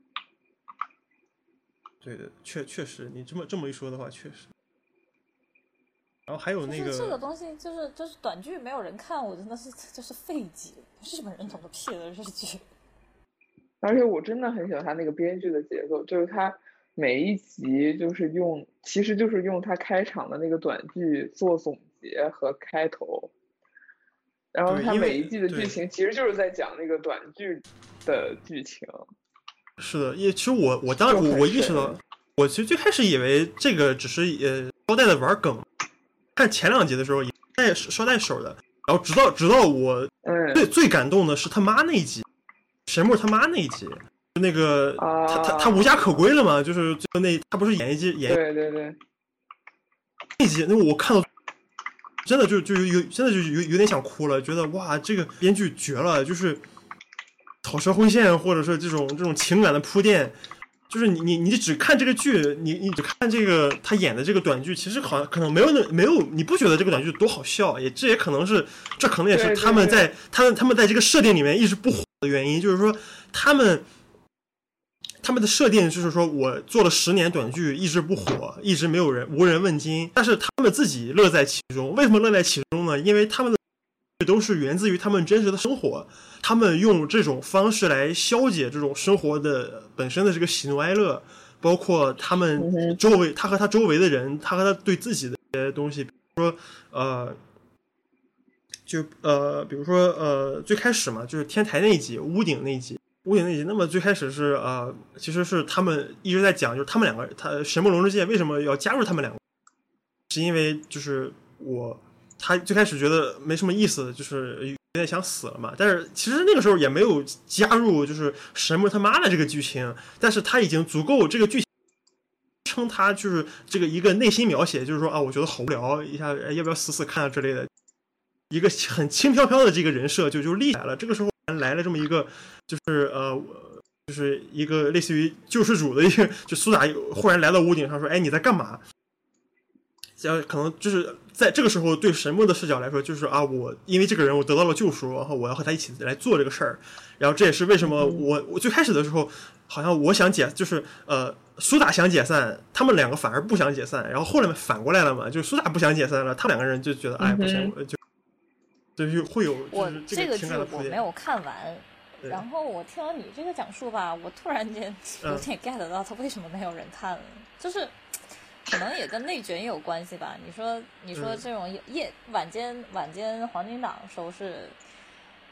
对对，确确实，你这么这么一说的话，确实。然后还有那个、 就是、这个东西，就是就是短剧没有人看，我真的是就是费解。日本人懂个屁的日剧。 而且我真的很喜欢他那个编剧的节奏，就是他每一集就是用，其实就是用他开场的那个短剧做总结和开头，然后他每一季的剧情其实就是在讲那个短剧的剧情。 是的，也其实我我当我我意识到，我其实最开始以为这个只是呃捎带的玩梗。看前两集的时候也带捎带手的，然后直到直到我最、嗯、最感动的是他妈那一集，神木他妈那一集，那个、啊、他他他无家可归了嘛，就是就那他不是演一集演对对对那集，那我看到真的就就有真的就有有点想哭了，觉得哇这个编剧绝了，就是草蛇灰线或者是这种这种情感的铺垫。就是你你你只看这个剧，你你只看这个他演的这个短剧，其实好像可能没有那没有，你不觉得这个短剧多好笑？也这也可能是这可能也是他们在他们他们在这个设定里面一直不火的原因，就是说他们他们的设定就是说我做了十年短剧一直不火，一直没有人无人问津，但是他们自己乐在其中。为什么乐在其中呢？因为他们的都是源自于他们真实的生活，他们用这种方式来消解这种生活的本身的这个喜怒哀乐，包括他们周围，他和他周围的人，他和他对自己的一些东西，比如说呃，就呃，比如说呃，最开始嘛，就是天台那一集，屋顶那一集，屋顶那一集，那么最开始是呃，其实是他们一直在讲，就是他们两个，他神木隆之介为什么要加入他们两个，是因为就是我。他最开始觉得没什么意思，就是有点想死了嘛。但是其实那个时候也没有加入就是神木他妈的这个剧情，但是他已经足够这个剧情称他就是这个一个内心描写，就是说啊，我觉得好无聊，一下要不要死死看啊之类的，一个很轻飘飘的这个人设就就立起来了。这个时候来了这么一个就是呃就是一个类似于救世主的一个，就苏打忽然来到屋顶上说，哎，你在干嘛？可能就是在这个时候对神木的视角来说，就是啊，我因为这个人我得到了救赎，然后我要和他一起来做这个事儿，然后这也是为什么我我最开始的时候好像我想解就是呃苏打想解散，他们两个反而不想解散，然后后来反过来了嘛，就是苏打不想解散了，他们两个人就觉得哎不行，就就是会有就是这个情感的铺垫。 我这个剧我没有看完，然后我听了你这个讲述吧，我突然间有点 get 到他为什么没有人看了，就是可能也跟内卷有关系吧。你说你说这种夜晚间晚间黄金档收视，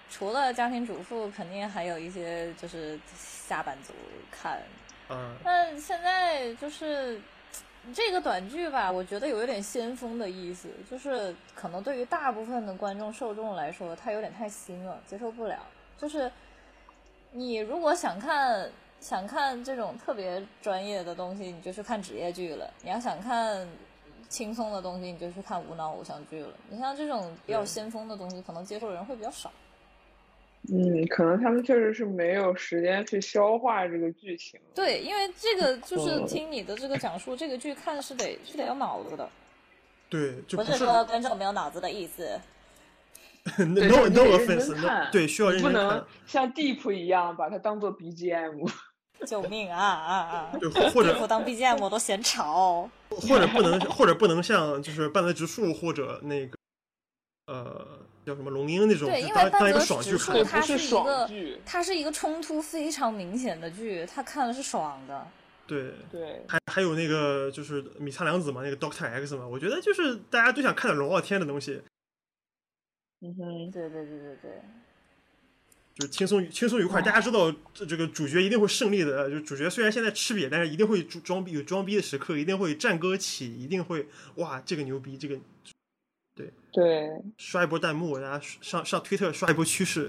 除了家庭主妇，肯定还有一些就是下班族看。 嗯， 但现在就是这个短剧吧，我觉得有一点先锋的意思，就是可能对于大部分的观众受众来说，它有点太新了，接受不了。就是你如果想看想看这种特别专业的东西，你就去看职业剧了；你要想看轻松的东西，你就去看无脑偶像剧了。你像这种比较先锋的东西，可能接受的人会比较少。 嗯，可能他们确实是没有时间去消化这个剧情。 对，因为这个就是听你的这个讲述，这个剧看是得是得有脑子的。 对，就不是说观众没有脑子的意思。 对 no 你得 no 认真 offense， 看对，需要认不真看能。像 Deep 一样把它当做 B G M。 救命啊啊啊！ 对，或者我当 B G M 我都嫌吵。 或者不能，或者不能像就是半泽直树或者那个呃叫什么龙樱那种， 对，因为当当一个半泽爽剧看直树。它不是一个爽剧， 它是一个冲突非常明显的剧，他看了是爽的。 对对， 还还有那个就是米仓凉子嘛，那个 Doctor X 嘛，我觉得就是大家都想看点龙傲天的东西， 嗯哼， 对对对对对。 就是轻松轻松愉快。大家知道这这个主角一定会胜利的，就主角虽然现在吃瘪，但是一定会装逼，有装逼的时刻，一定会战歌起，一定会哇这个牛逼，这个对对， 刷一波弹幕，大家上上推特刷一波趋势。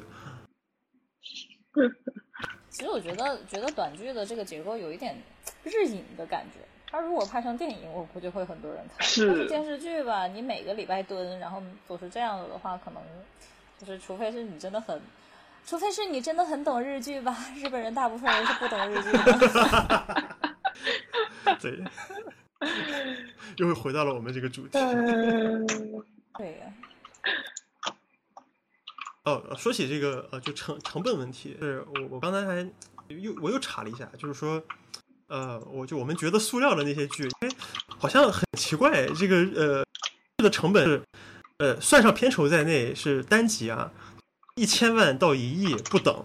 其实我觉得觉得短剧的这个结构有一点日影的感觉。它如果拍成电影，我估计会很多人看。 是但是电视剧吧，你每个礼拜蹲，然后都是这样的的话，可能就是除非是你真的很。除非是你真的很懂日剧吧，日本人大部分人是不懂日剧的。 对，又会回到了我们这个主题。 对呀。 哦，说起这个呃，就成成本问题，是我我刚才还又我又查了一下，就是说，呃，我就我们觉得塑料的那些剧，因为好像很奇怪，这个呃的成本是呃算上片酬在内是单集啊。一千万到一亿不等，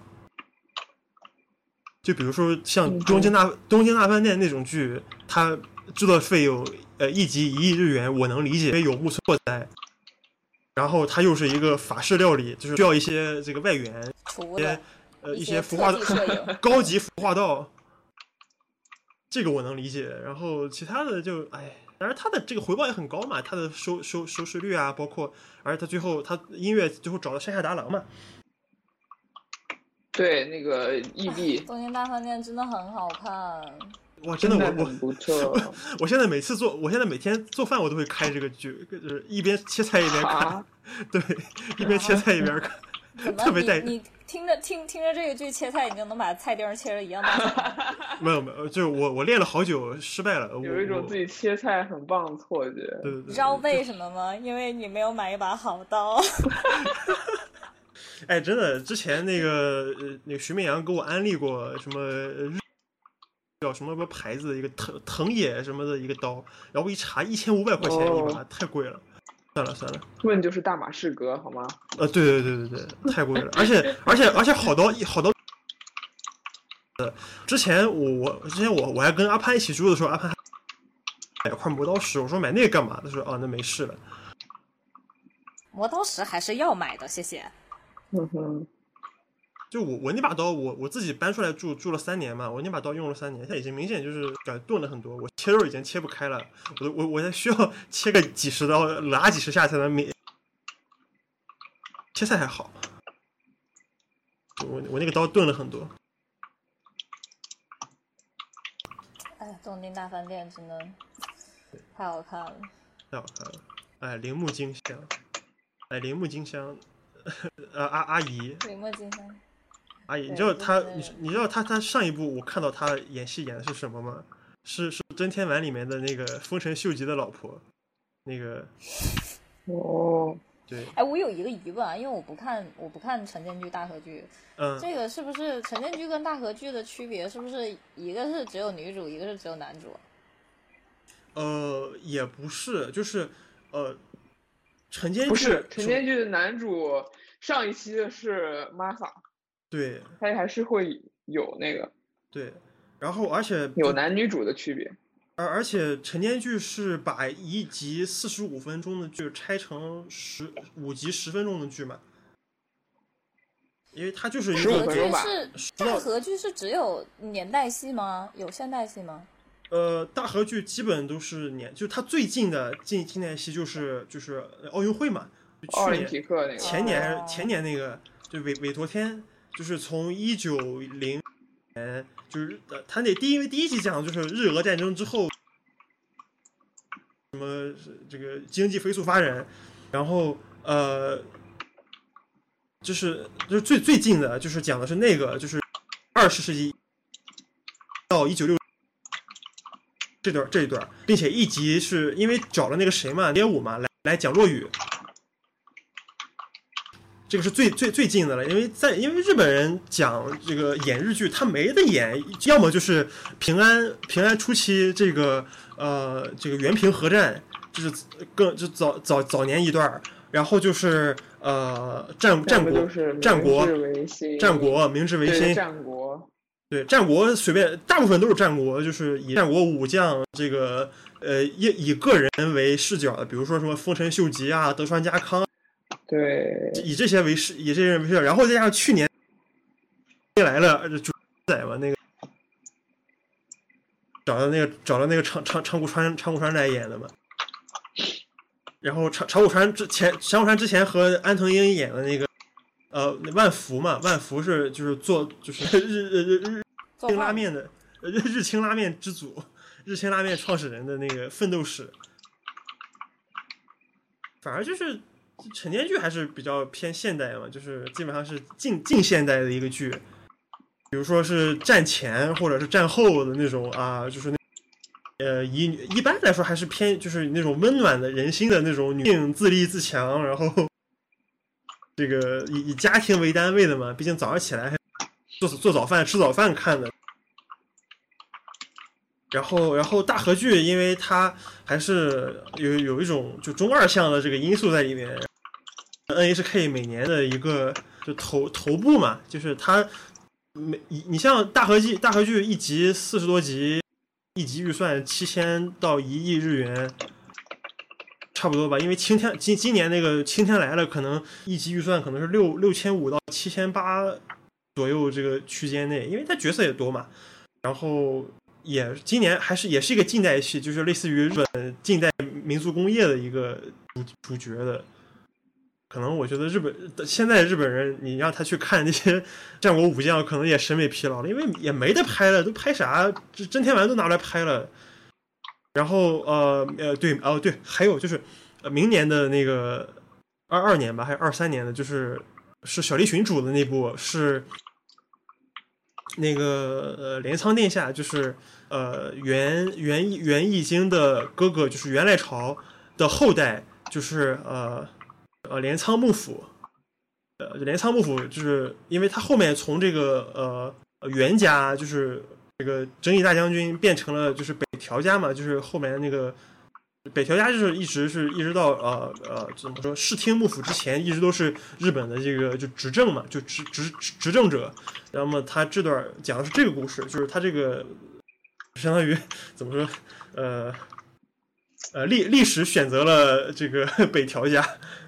就比如说像东京大东京大饭店那种剧，它制作费用呃一集一亿日元，我能理解，因为有木村拓哉，然后它又是一个法式料理，就是需要一些这个外援，一些呃一些服化高级服化道，这个我能理解。然后其他的就哎。当然，它的这个回报也很高嘛，它的收收收视率啊，包括，而且它最后它音乐最后找到山下达郎嘛。 对，那个 E B。 东京大饭店真的很好看。 哇，真的我我不错。 我现在每次做，我现在每天做饭我都会开这个剧，就是一边切菜一边看，啊、对，一边切菜一边看，特别带。 你听着听听着这个剧切菜，你就能把菜丁切的一样大。 没有没有，就是我我练了好久，失败了。 有一种自己切菜很棒的错觉。 对对对。 你知道为什么吗？因为你没有买一把好刀。 哎，真的，之前那个呃，那个徐美阳给我安利过什么日叫什么什么牌子的一个藤藤野什么的一个刀，然后我一查一千五百块钱一把，哦、太贵了。算了算了， 问就是大马士革好吗？ 呃，对对对对对，太贵了，而且而且而且好刀好刀。呃，之前我我之前我我还跟阿潘一起住的时候，阿潘买块磨刀石，我说买那个干嘛？他说哦，那没事了。 磨刀石还是要买的，谢谢。 嗯哼。 就我我那把刀，我我自己搬出来住住了三年嘛，我那把刀用了三年，现在已经明显就是感觉钝了很多，我切肉已经切不开了，我我我还需要切个几十刀，拉几十下才能每切菜还好，我我那个刀钝了很多。 哎，东京大饭店真的太好看了， 太好看了，哎，铃木京香，哎，铃木京香，呃阿阿姨， 铃木京香。 阿姨，你知道他，你你知道他他上一部我看到他演戏演的是什么吗？是是真天丸里面的那个丰臣秀吉的老婆，那个。 哦。 对。 哎，我有一个疑问啊，因为我不看我不看晨间剧、大河剧， 嗯， 这个是不是晨间剧跟大河剧的区别？是不是一个是只有女主，一个是只有男主？ 呃，也不是，就是呃，晨间剧不是晨间剧的男主上一期的是 Masa。 对， 它还是会有那个对，然后而且有男女主的区别， 而而且晨间剧是把一集四十五分钟的剧拆成十五集十分钟的剧嘛， 因为它就是一十五个分钟吧是大河剧是只有年代戏吗？有现代戏吗？ 呃，大河剧基本都是年，就它最近的近近代戏就是就是奥运会嘛，去年奥林匹克那个前年还是哦前年那个就韦韦陀天，就是从一九零年就是呃，他那第因为第一集讲的就是日俄战争之后什么这个经济飞速发展，然后呃，就是就是最最近的就是讲的是那个就是二十世纪到一九六。这段这一段，并且一集是因为找了那个谁嘛，烈武嘛，来来讲落语，这个是最最最近的了。因为在因为日本人讲这个演日剧，他没得演，要么就是平安平安初期这个呃这个原平和战，就是更就早早早年一段，然后就是呃战战国战国战国明治维新战国。 对，战国随便大部分都是战国，就是以战国武将这个呃以以个人为视角的，比如说什么丰臣秀吉啊、德川家康， 对， 以这些为视以这些人为视角，然后再加上去年来了主宰嘛，那个找到那个找到那个长长长谷川长谷川来演的嘛，然后长长谷川之前长谷川之前和安藤樱演的那个。呃，万福嘛，万福是就是做就是日日日日清拉面的日日清拉面之祖，日清拉面创始人的那个奋斗史。反而就是陈年剧还是比较偏现代嘛，就是基本上是近近现代的一个剧，比如说是战前或者是战后的那种啊，就是那呃以一般来说还是偏就是那种温暖的人心的那种女性自立自强，然后。这个以以家庭为单位的嘛，毕竟早上起来还做做早饭、吃早饭看的。然后，然后大河剧，因为它还是有有一种就中二向的这个因素在里面。N H K 每年的一个就头头部嘛，就是它每你你像大河剧，大河剧一集四十多集，一集预算七千到一亿日元。差不多吧，因为青天今今年那个青天来了，可能一集预算可能是六六千五到七千八左右这个区间内，因为它角色也多嘛。然后也今年还是也是一个近代戏，就是类似于日本近代民族工业的一个主主角的。可能我觉得日本现在日本人，你让他去看那些战国武将，可能也审美疲劳了，因为也没得拍了，都拍啥？这真田丸都拿来拍了。然后呃呃对哦对，还有就是呃明年的那个二二年吧，还是二三年的，就是是小栗旬主的那部是那个呃镰仓殿下，就是呃源源源义经的哥哥，就是源赖朝的后代，就是呃呃镰仓幕府，呃镰仓幕府就是因为他后面从这个呃源家就是。这个征义大将军变成了就是北条家嘛，就是后面那个北条家就是一直是一直到呃呃怎么说室町幕府之前一直都是日本的这个就执政嘛，就执执执政者。然后他这段讲的是这个故事，就是他这个相当于怎么说呃呃历历史选择了这个北条家，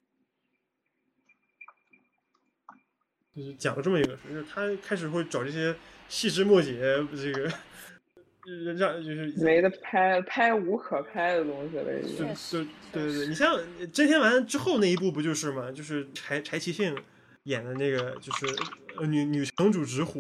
就是讲了这么一个事，就是他开始会找这些。细枝末节，这个让就是没得拍，拍无可拍的东西了已经。 就对对对，你像真田丸之后那一部不就是吗？就是柴柴崎幸演的那个，就是女女城主直虎。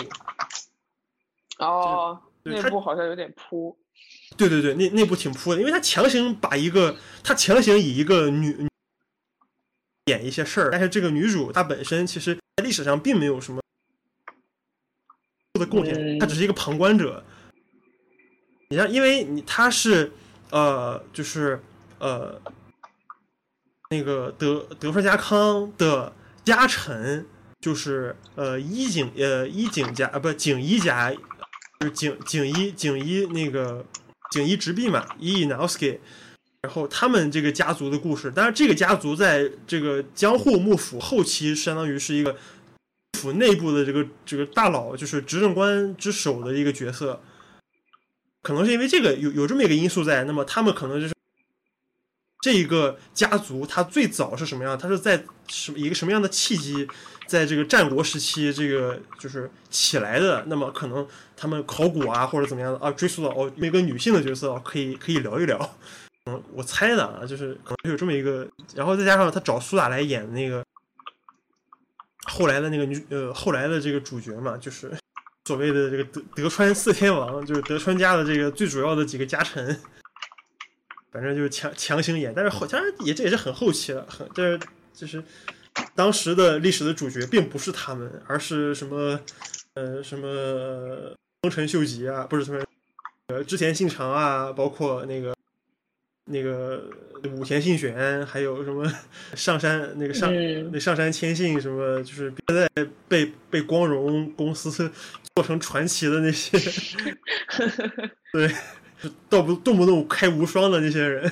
哦，那部好像有点扑。 对对对，那那部挺扑的，因为他强行把一个他强行以一个女演一些事儿，但是这个女主她本身其实在历史上并没有什么。的贡献，他只是一个旁观者。你像，因为你他是呃，就是呃，那个德德川家康的家臣，就是呃伊景呃伊景家啊不景一家，就是景景一景一那个景一直弼嘛，伊伊 Naosuke。然后他们这个家族的故事，当然这个家族在这个江户幕府后期，相当于是一个。府内部的这个这个大佬，就是执政官之首的一个角色，可能是因为这个有有这么一个因素在，那么他们可能就是这一个家族它最早是什么样，它是在什么一个什么样的契机，在这个战国时期这个就是起来的，那么可能他们考古啊或者怎么样的啊，追溯到哦一个女性的角色，可以可以聊一聊。嗯，我猜的啊，就是可能有这么一个，然后再加上他找苏打来演那个后来的那个女呃后来的这个主角嘛，就是所谓的这个德德川四天王，就是德川家的这个最主要的几个家臣，反正就是强强行演，但是后当然也这也是很后期了，很这就是当时的历史的主角并不是他们，而是什么呃什么丰臣秀吉啊，不是什么呃织田信长啊，包括那个。那个武田信玄，还有什么上山那个上、嗯、那上山谦信什么，就是别在被被光荣公司做成传奇的那些，对，动不动不动开无双的那些人。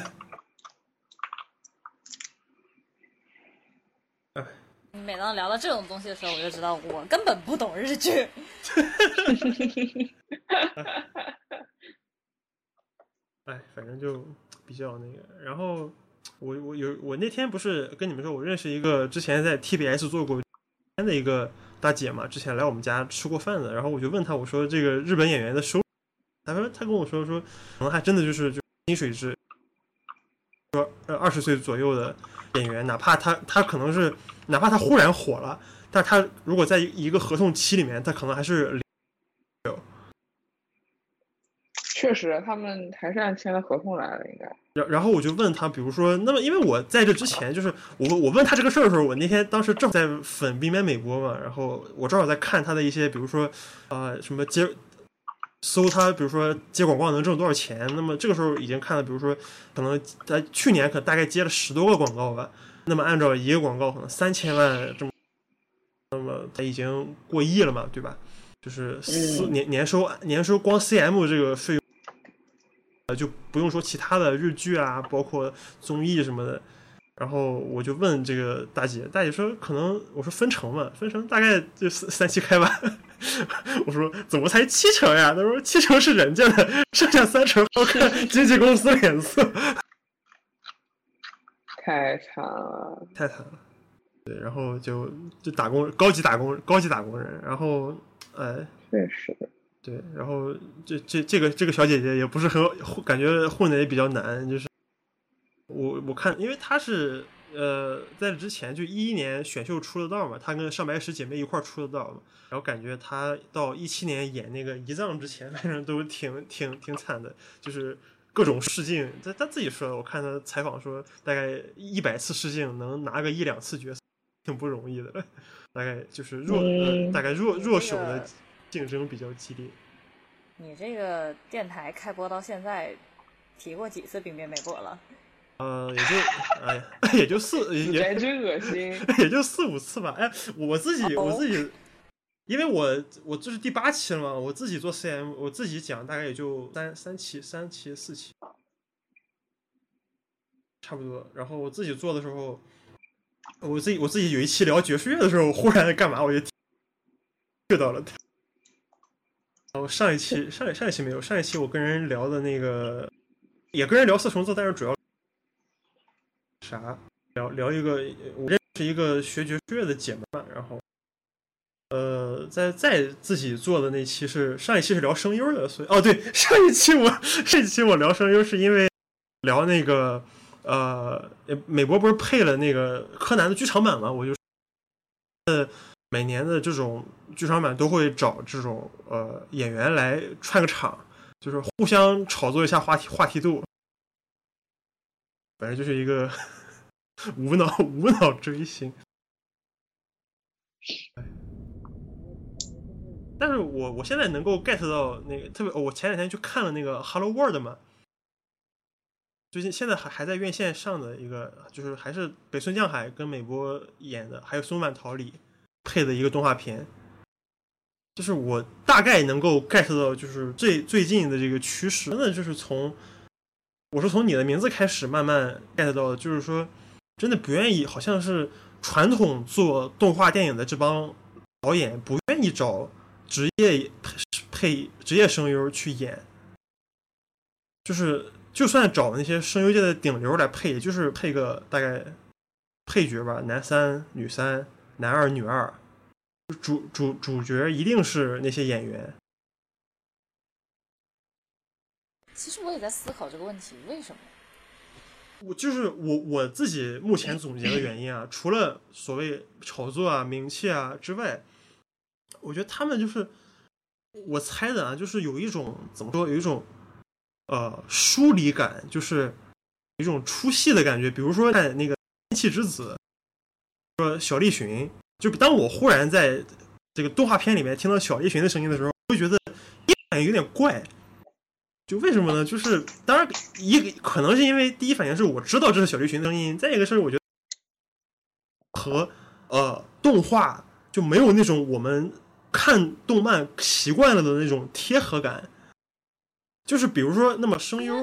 每当聊到这种东西的时候，我就知道我根本不懂日剧。 哎，反正就。比较那个，然后我我有我那天不是跟你们说，我认识一个之前在 T B S 做过的一个大姐嘛，之前来我们家吃过饭的，然后我就问她，我说这个日本演员的收入，她说她跟我说说，可能还真的就是就薪水制，说呃二十岁左右的演员，哪怕他他可能是哪怕他忽然火了，但他如果在一个合同期里面，他可能还是有。 确实，他们还是按签的合同来的，应该。 然然后我就问他，比如说，那么因为我在这之前，就是我我问他这个事儿的时候，我那天当时正在粉冰面美国嘛，然后我正好在看他的一些，比如说，呃，什么接搜他，比如说接广告能挣多少钱。那么这个时候已经看了，比如说，可能他去年可大概接了十多个广告吧。那么按照一个广告可能三千万这么，那么他已经过亿了嘛，对吧？就是四年年收年收光 C M 这个费用。就不用说其他的日剧啊，包括综艺什么的。然后我就问这个大姐，大姐说可能，我说分成嘛，分成大概就三七开吧。我说怎么才七成呀？她说七成是人家的，剩下三成要看经纪公司脸色。 太惨了， 太惨了。对，然后就就打工，高级打工，高级打工人。然后，哎， 确实。 对，然后这这这个这个小姐姐也不是很感觉混的也比较难，就是我我看，因为她是呃在之前就一一年选秀出的道嘛，她跟上白石姐妹一块出的道嘛，然后感觉她到一七年演那个遗葬之前，反正都挺挺挺惨的，就是各种试镜，她她自己说的，我看她采访说大概一百次试镜能拿个一两次角色，挺不容易的，大概就是弱、 嗯呃、大概弱弱手的。竞争比较激烈。 你这个电台开播到现在，提过几次冰面美国了？ 呃，也就哎呀，也就四，也真恶心， 也就四五次吧。哎，我自己，我自己，因为我我这是第八期了嘛，我自己做 C M， 我自己讲大概也就三三期、三期、四期，差不多。然后我自己做的时候，我自己我自己有一期聊爵士乐的时候，忽然干嘛我就遇到了。然后上一期上上一期没有，上一期我跟人聊的那个，也跟人聊四重奏，但是主要啥聊聊一个，我认识一个学爵士乐的姐妹嘛，然后呃，在在自己做的那期是上一期是聊声优的，所以哦对，上一期我上一期我聊声优是因为聊那个呃，美国不是配了那个柯南的剧场版嘛，我就呃。每年的这种剧场版都会找这种呃演员来串个场，就是互相炒作一下话题话题度，反正就是一个无脑无脑追星。但是我我现在能够 get 到那个特别，我前两天去看了那个 Hello World 嘛，最近现在还还在院线上的一个，就是还是北村匠海跟美波演的，还有松坂桃李配的一个动画片，就是我大概能够 get 到，就是最最近的这个趋势，真的就是从我是从你的名字开始慢慢 get 到的，就是说真的不愿意，好像是传统做动画电影的这帮导演不愿意找职业配职业声优去演，就是就算找那些声优界的顶流来配，也就是配个大概配角吧，男三、女三、男二、女二，主主主角一定是那些演员。 其实我也在思考这个问题，为什么？ 我就是我我自己目前总结的原因啊，除了所谓炒作啊、名气啊之外，我觉得他们就是我猜的啊，就是有一种怎么说，有一种呃疏离感，就是有一种出戏的感觉。比如说看那个《天气之子》，说小栗旬，就当我忽然在这个动画片里面听到小栗旬的声音的时候，我会觉得感觉有点怪。就为什么呢？就是当然一个可能是因为第一反应是我知道这是小栗旬的声音，再一个是我觉得和呃动画就没有那种我们看动漫习惯了的那种贴合感。就是比如说那么声优，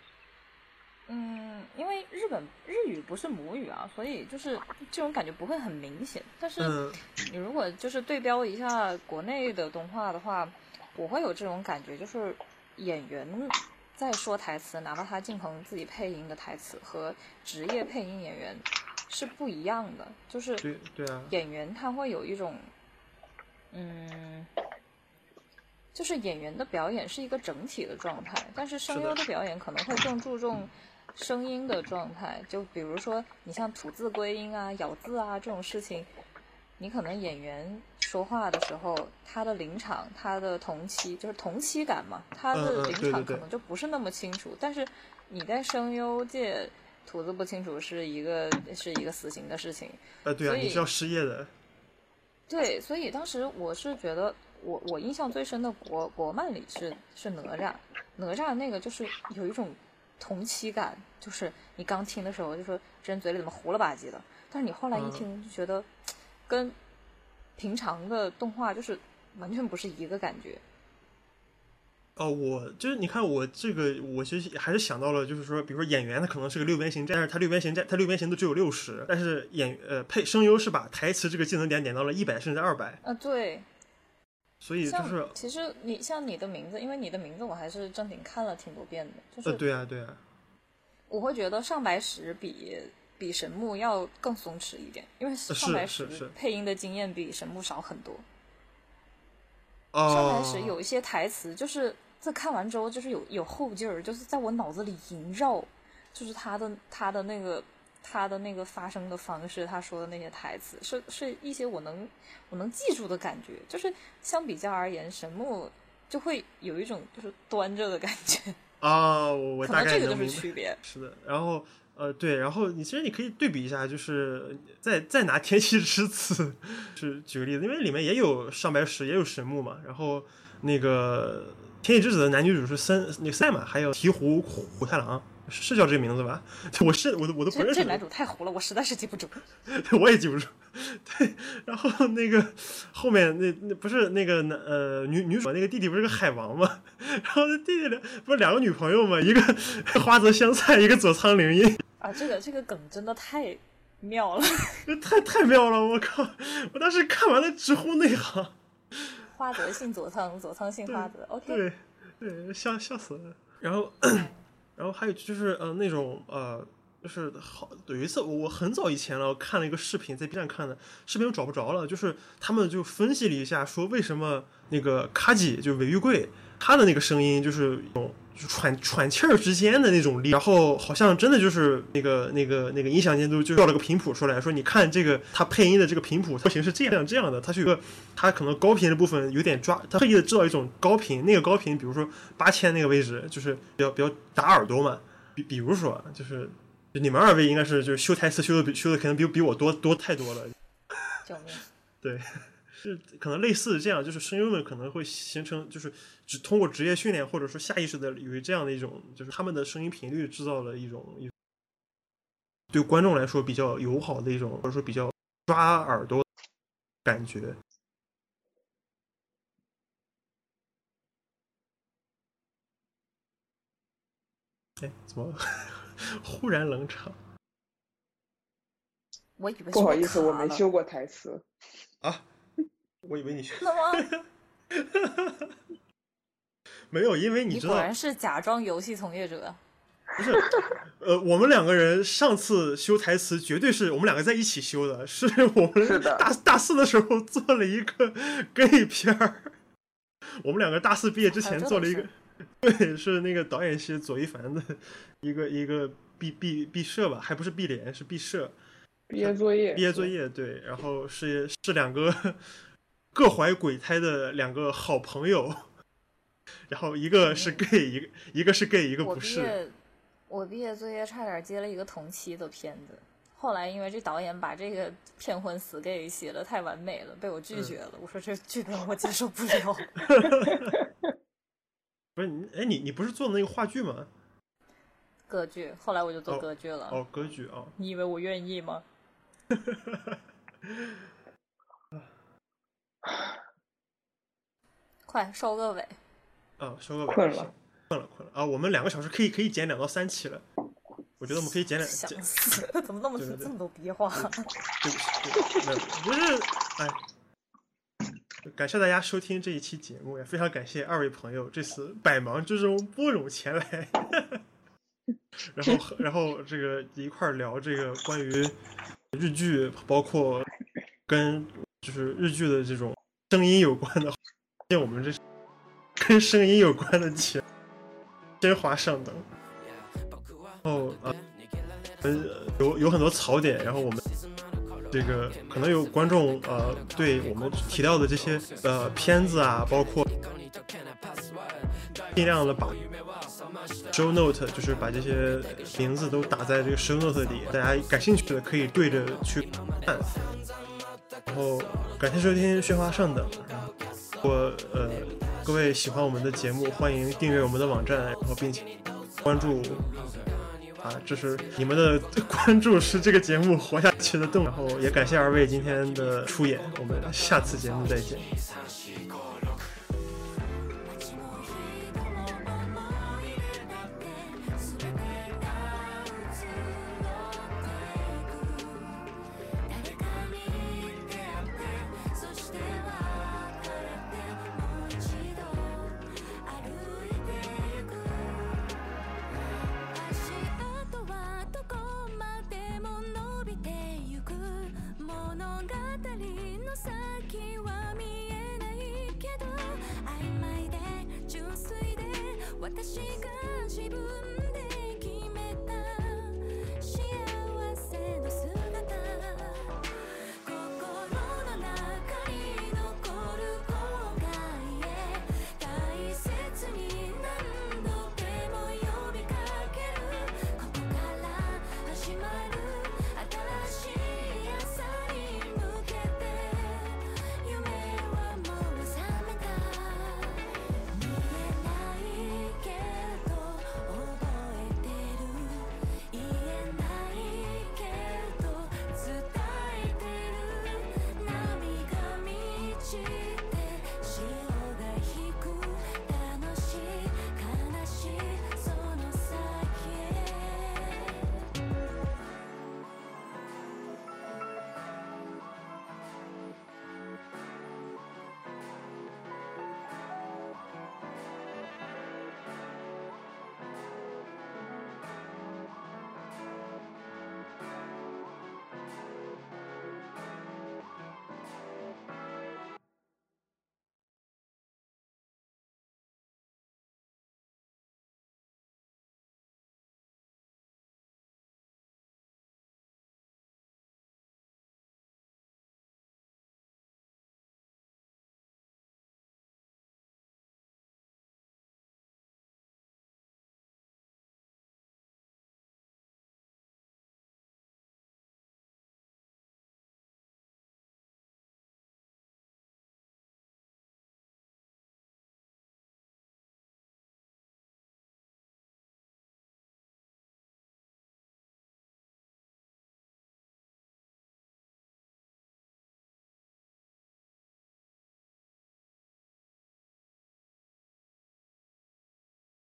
嗯，因为日本日语不是母语啊，所以就是这种感觉不会很明显。但是你如果就是对标一下国内的动画的话，我会有这种感觉，就是演员在说台词，哪怕他进棚自己配音的台词和职业配音演员是不一样的。就是对对啊， 演员他会有一种，嗯，就是演员的表演是一个整体的状态，但是声优的表演可能会更注重声音的状态。就比如说你像吐字归音啊、咬字啊这种事情，你可能演员说话的时候，他的临场、他的同期就是同期感嘛，他的临场可能就不是那么清楚。 嗯嗯、对对对但是你在声优界吐字不清楚是一个是一个死刑的事情。 呃，对啊，你是要失业的。 对，所以当时我是觉得，我我印象最深的国国漫里是是哪吒，哪吒那个就是有一种同期感，就是你刚听的时候就说这人嘴里怎么糊了吧唧的，但是你后来一听就觉得。嗯跟平常的动画就是完全不是一个感觉。 哦，我就是你看我这个，我其实还是想到了，就是说，比如说演员他可能是个六边形战，但是他六边形战，他六边形都只有六十，但是演呃配声优是把台词这个技能点点到了一百甚至二百。 啊，对。 所以就是其实你像你的名字，因为你的名字我还是正经看了挺多遍的，就是、 呃、对啊对啊， 我会觉得上白石比。比神木要更松弛一点，因为上白石配音的经验比神木少很多。 哦、 上白石有一些台词，就是在看完之后，就是有有后劲儿，就是在我脑子里萦绕，就是他的他的那个他的那个发声的方式，他说的那些台词，是是一些我能我能记住的感觉。就是相比较而言，神木就会有一种就是端着的感觉。 啊、哦，我大概可能这个就是区别。 是的，然后。呃，对，然后你其实你可以对比一下，就是再再拿《天气之子》是举个例子，因为里面也有上白石，也有神木嘛。然后那个《天气之子》的男女主是森那个赛嘛，还有鹈鹕虎太郎，是叫这个名字吧？我是我都我都不认识。 这男主太糊了，我实在是记不住。 我也记不住。对，然后那个后面那那不是那个男呃女女主那个弟弟不是个海王嘛？然后那弟弟俩不是两个女朋友嘛？一个花泽香菜，一个佐仓绫音。 啊，这个这个梗真的太妙了， 太太妙了！我靠，我当时看完了直呼内行。 花泽姓佐仓，佐仓姓花泽。OK， 对对，笑笑死了。然后，然后还有就是呃那种呃。就是好有一次我我很早以前了，我看了一个视频，在 B 站看的视频我找不着了，就是他们就分析了一下，说为什么那个卡吉就尾玉贵他的那个声音就是有就喘喘气儿之间的那种力，然后好像真的就是那个那个那个音响监督就调了个频谱出来，说你看这个他配音的这个频谱它型是这样这样的，它是有个它可能高频的部分有点抓，它特意的制造一种高频，那个高频比如说八千那个位置就是比较比较打耳朵嘛，比比如说就是你们二位应该是就是修台词修的比修的可能比比我多多太多了， 救命！ 对。是可能类似这样，就是声优们可能会形成，就是只通过职业训练或者说下意识的有这样的一种，就是他们的声音频率制造了一种一种对观众来说比较友好的一种，或者说比较抓耳朵感觉。哎，怎么忽然冷场？ 我以为不好意思，我没修过台词啊。我以为你学了吗？ 没有，因为你知道， 你果然是假装游戏从业者。 不是，呃，我们两个人上次修台词绝对是我们两个在一起修的，是我们大大四的时候做了一个 gay 片儿。我们两个大四毕业之前做了一个，对，是那个导演系左一凡的一个一个毕毕毕设吧，还不是毕联，是毕设。 毕业作业， 毕业作业，对，然后是是两个各怀鬼胎的两个好朋友，然后一个是 gay，、嗯、一个一个是 gay， 一个不是。 我毕业，我毕业作业差点接了一个同期的片子，后来因为这导演把这个骗婚死 gay 写的太完美了，被我拒绝了。嗯、我说这剧本我接受不了。 不是你，哎，你你不是做的那个话剧吗？ 歌剧，后来我就做歌剧了。 哦，哦歌剧哦。 你以为我愿意吗？快收个尾。 啊，收个尾。 困了， 困了，困了啊！我们两个小时可以可以剪两到三期了。我觉得我们可以剪两。 想死，怎么那么对对对这么多憋话？ 对不起，对不是，哎。感谢大家收听这一期节目，也非常感谢二位朋友这次百忙之中拨冗前来。然后，然后这个一块聊这个关于日剧，包括跟就是日剧的这种声音有关的，像我们这跟声音有关的节目，真华上等。然后呃，有有很多槽点，然后我们这个可能有观众呃对我们提到的这些呃片子啊，包括尽量的把show note 就是把这些名字都打在这个 show note 里，大家感兴趣的可以对着去看。然后感谢收听喧哗上等，如果呃各位喜欢我们的节目，欢迎订阅我们的网站，然后并且关注啊，这是你们的关注是这个节目活下去的动力。然后也感谢二位今天的出演，我们下次节目再见。 私が自分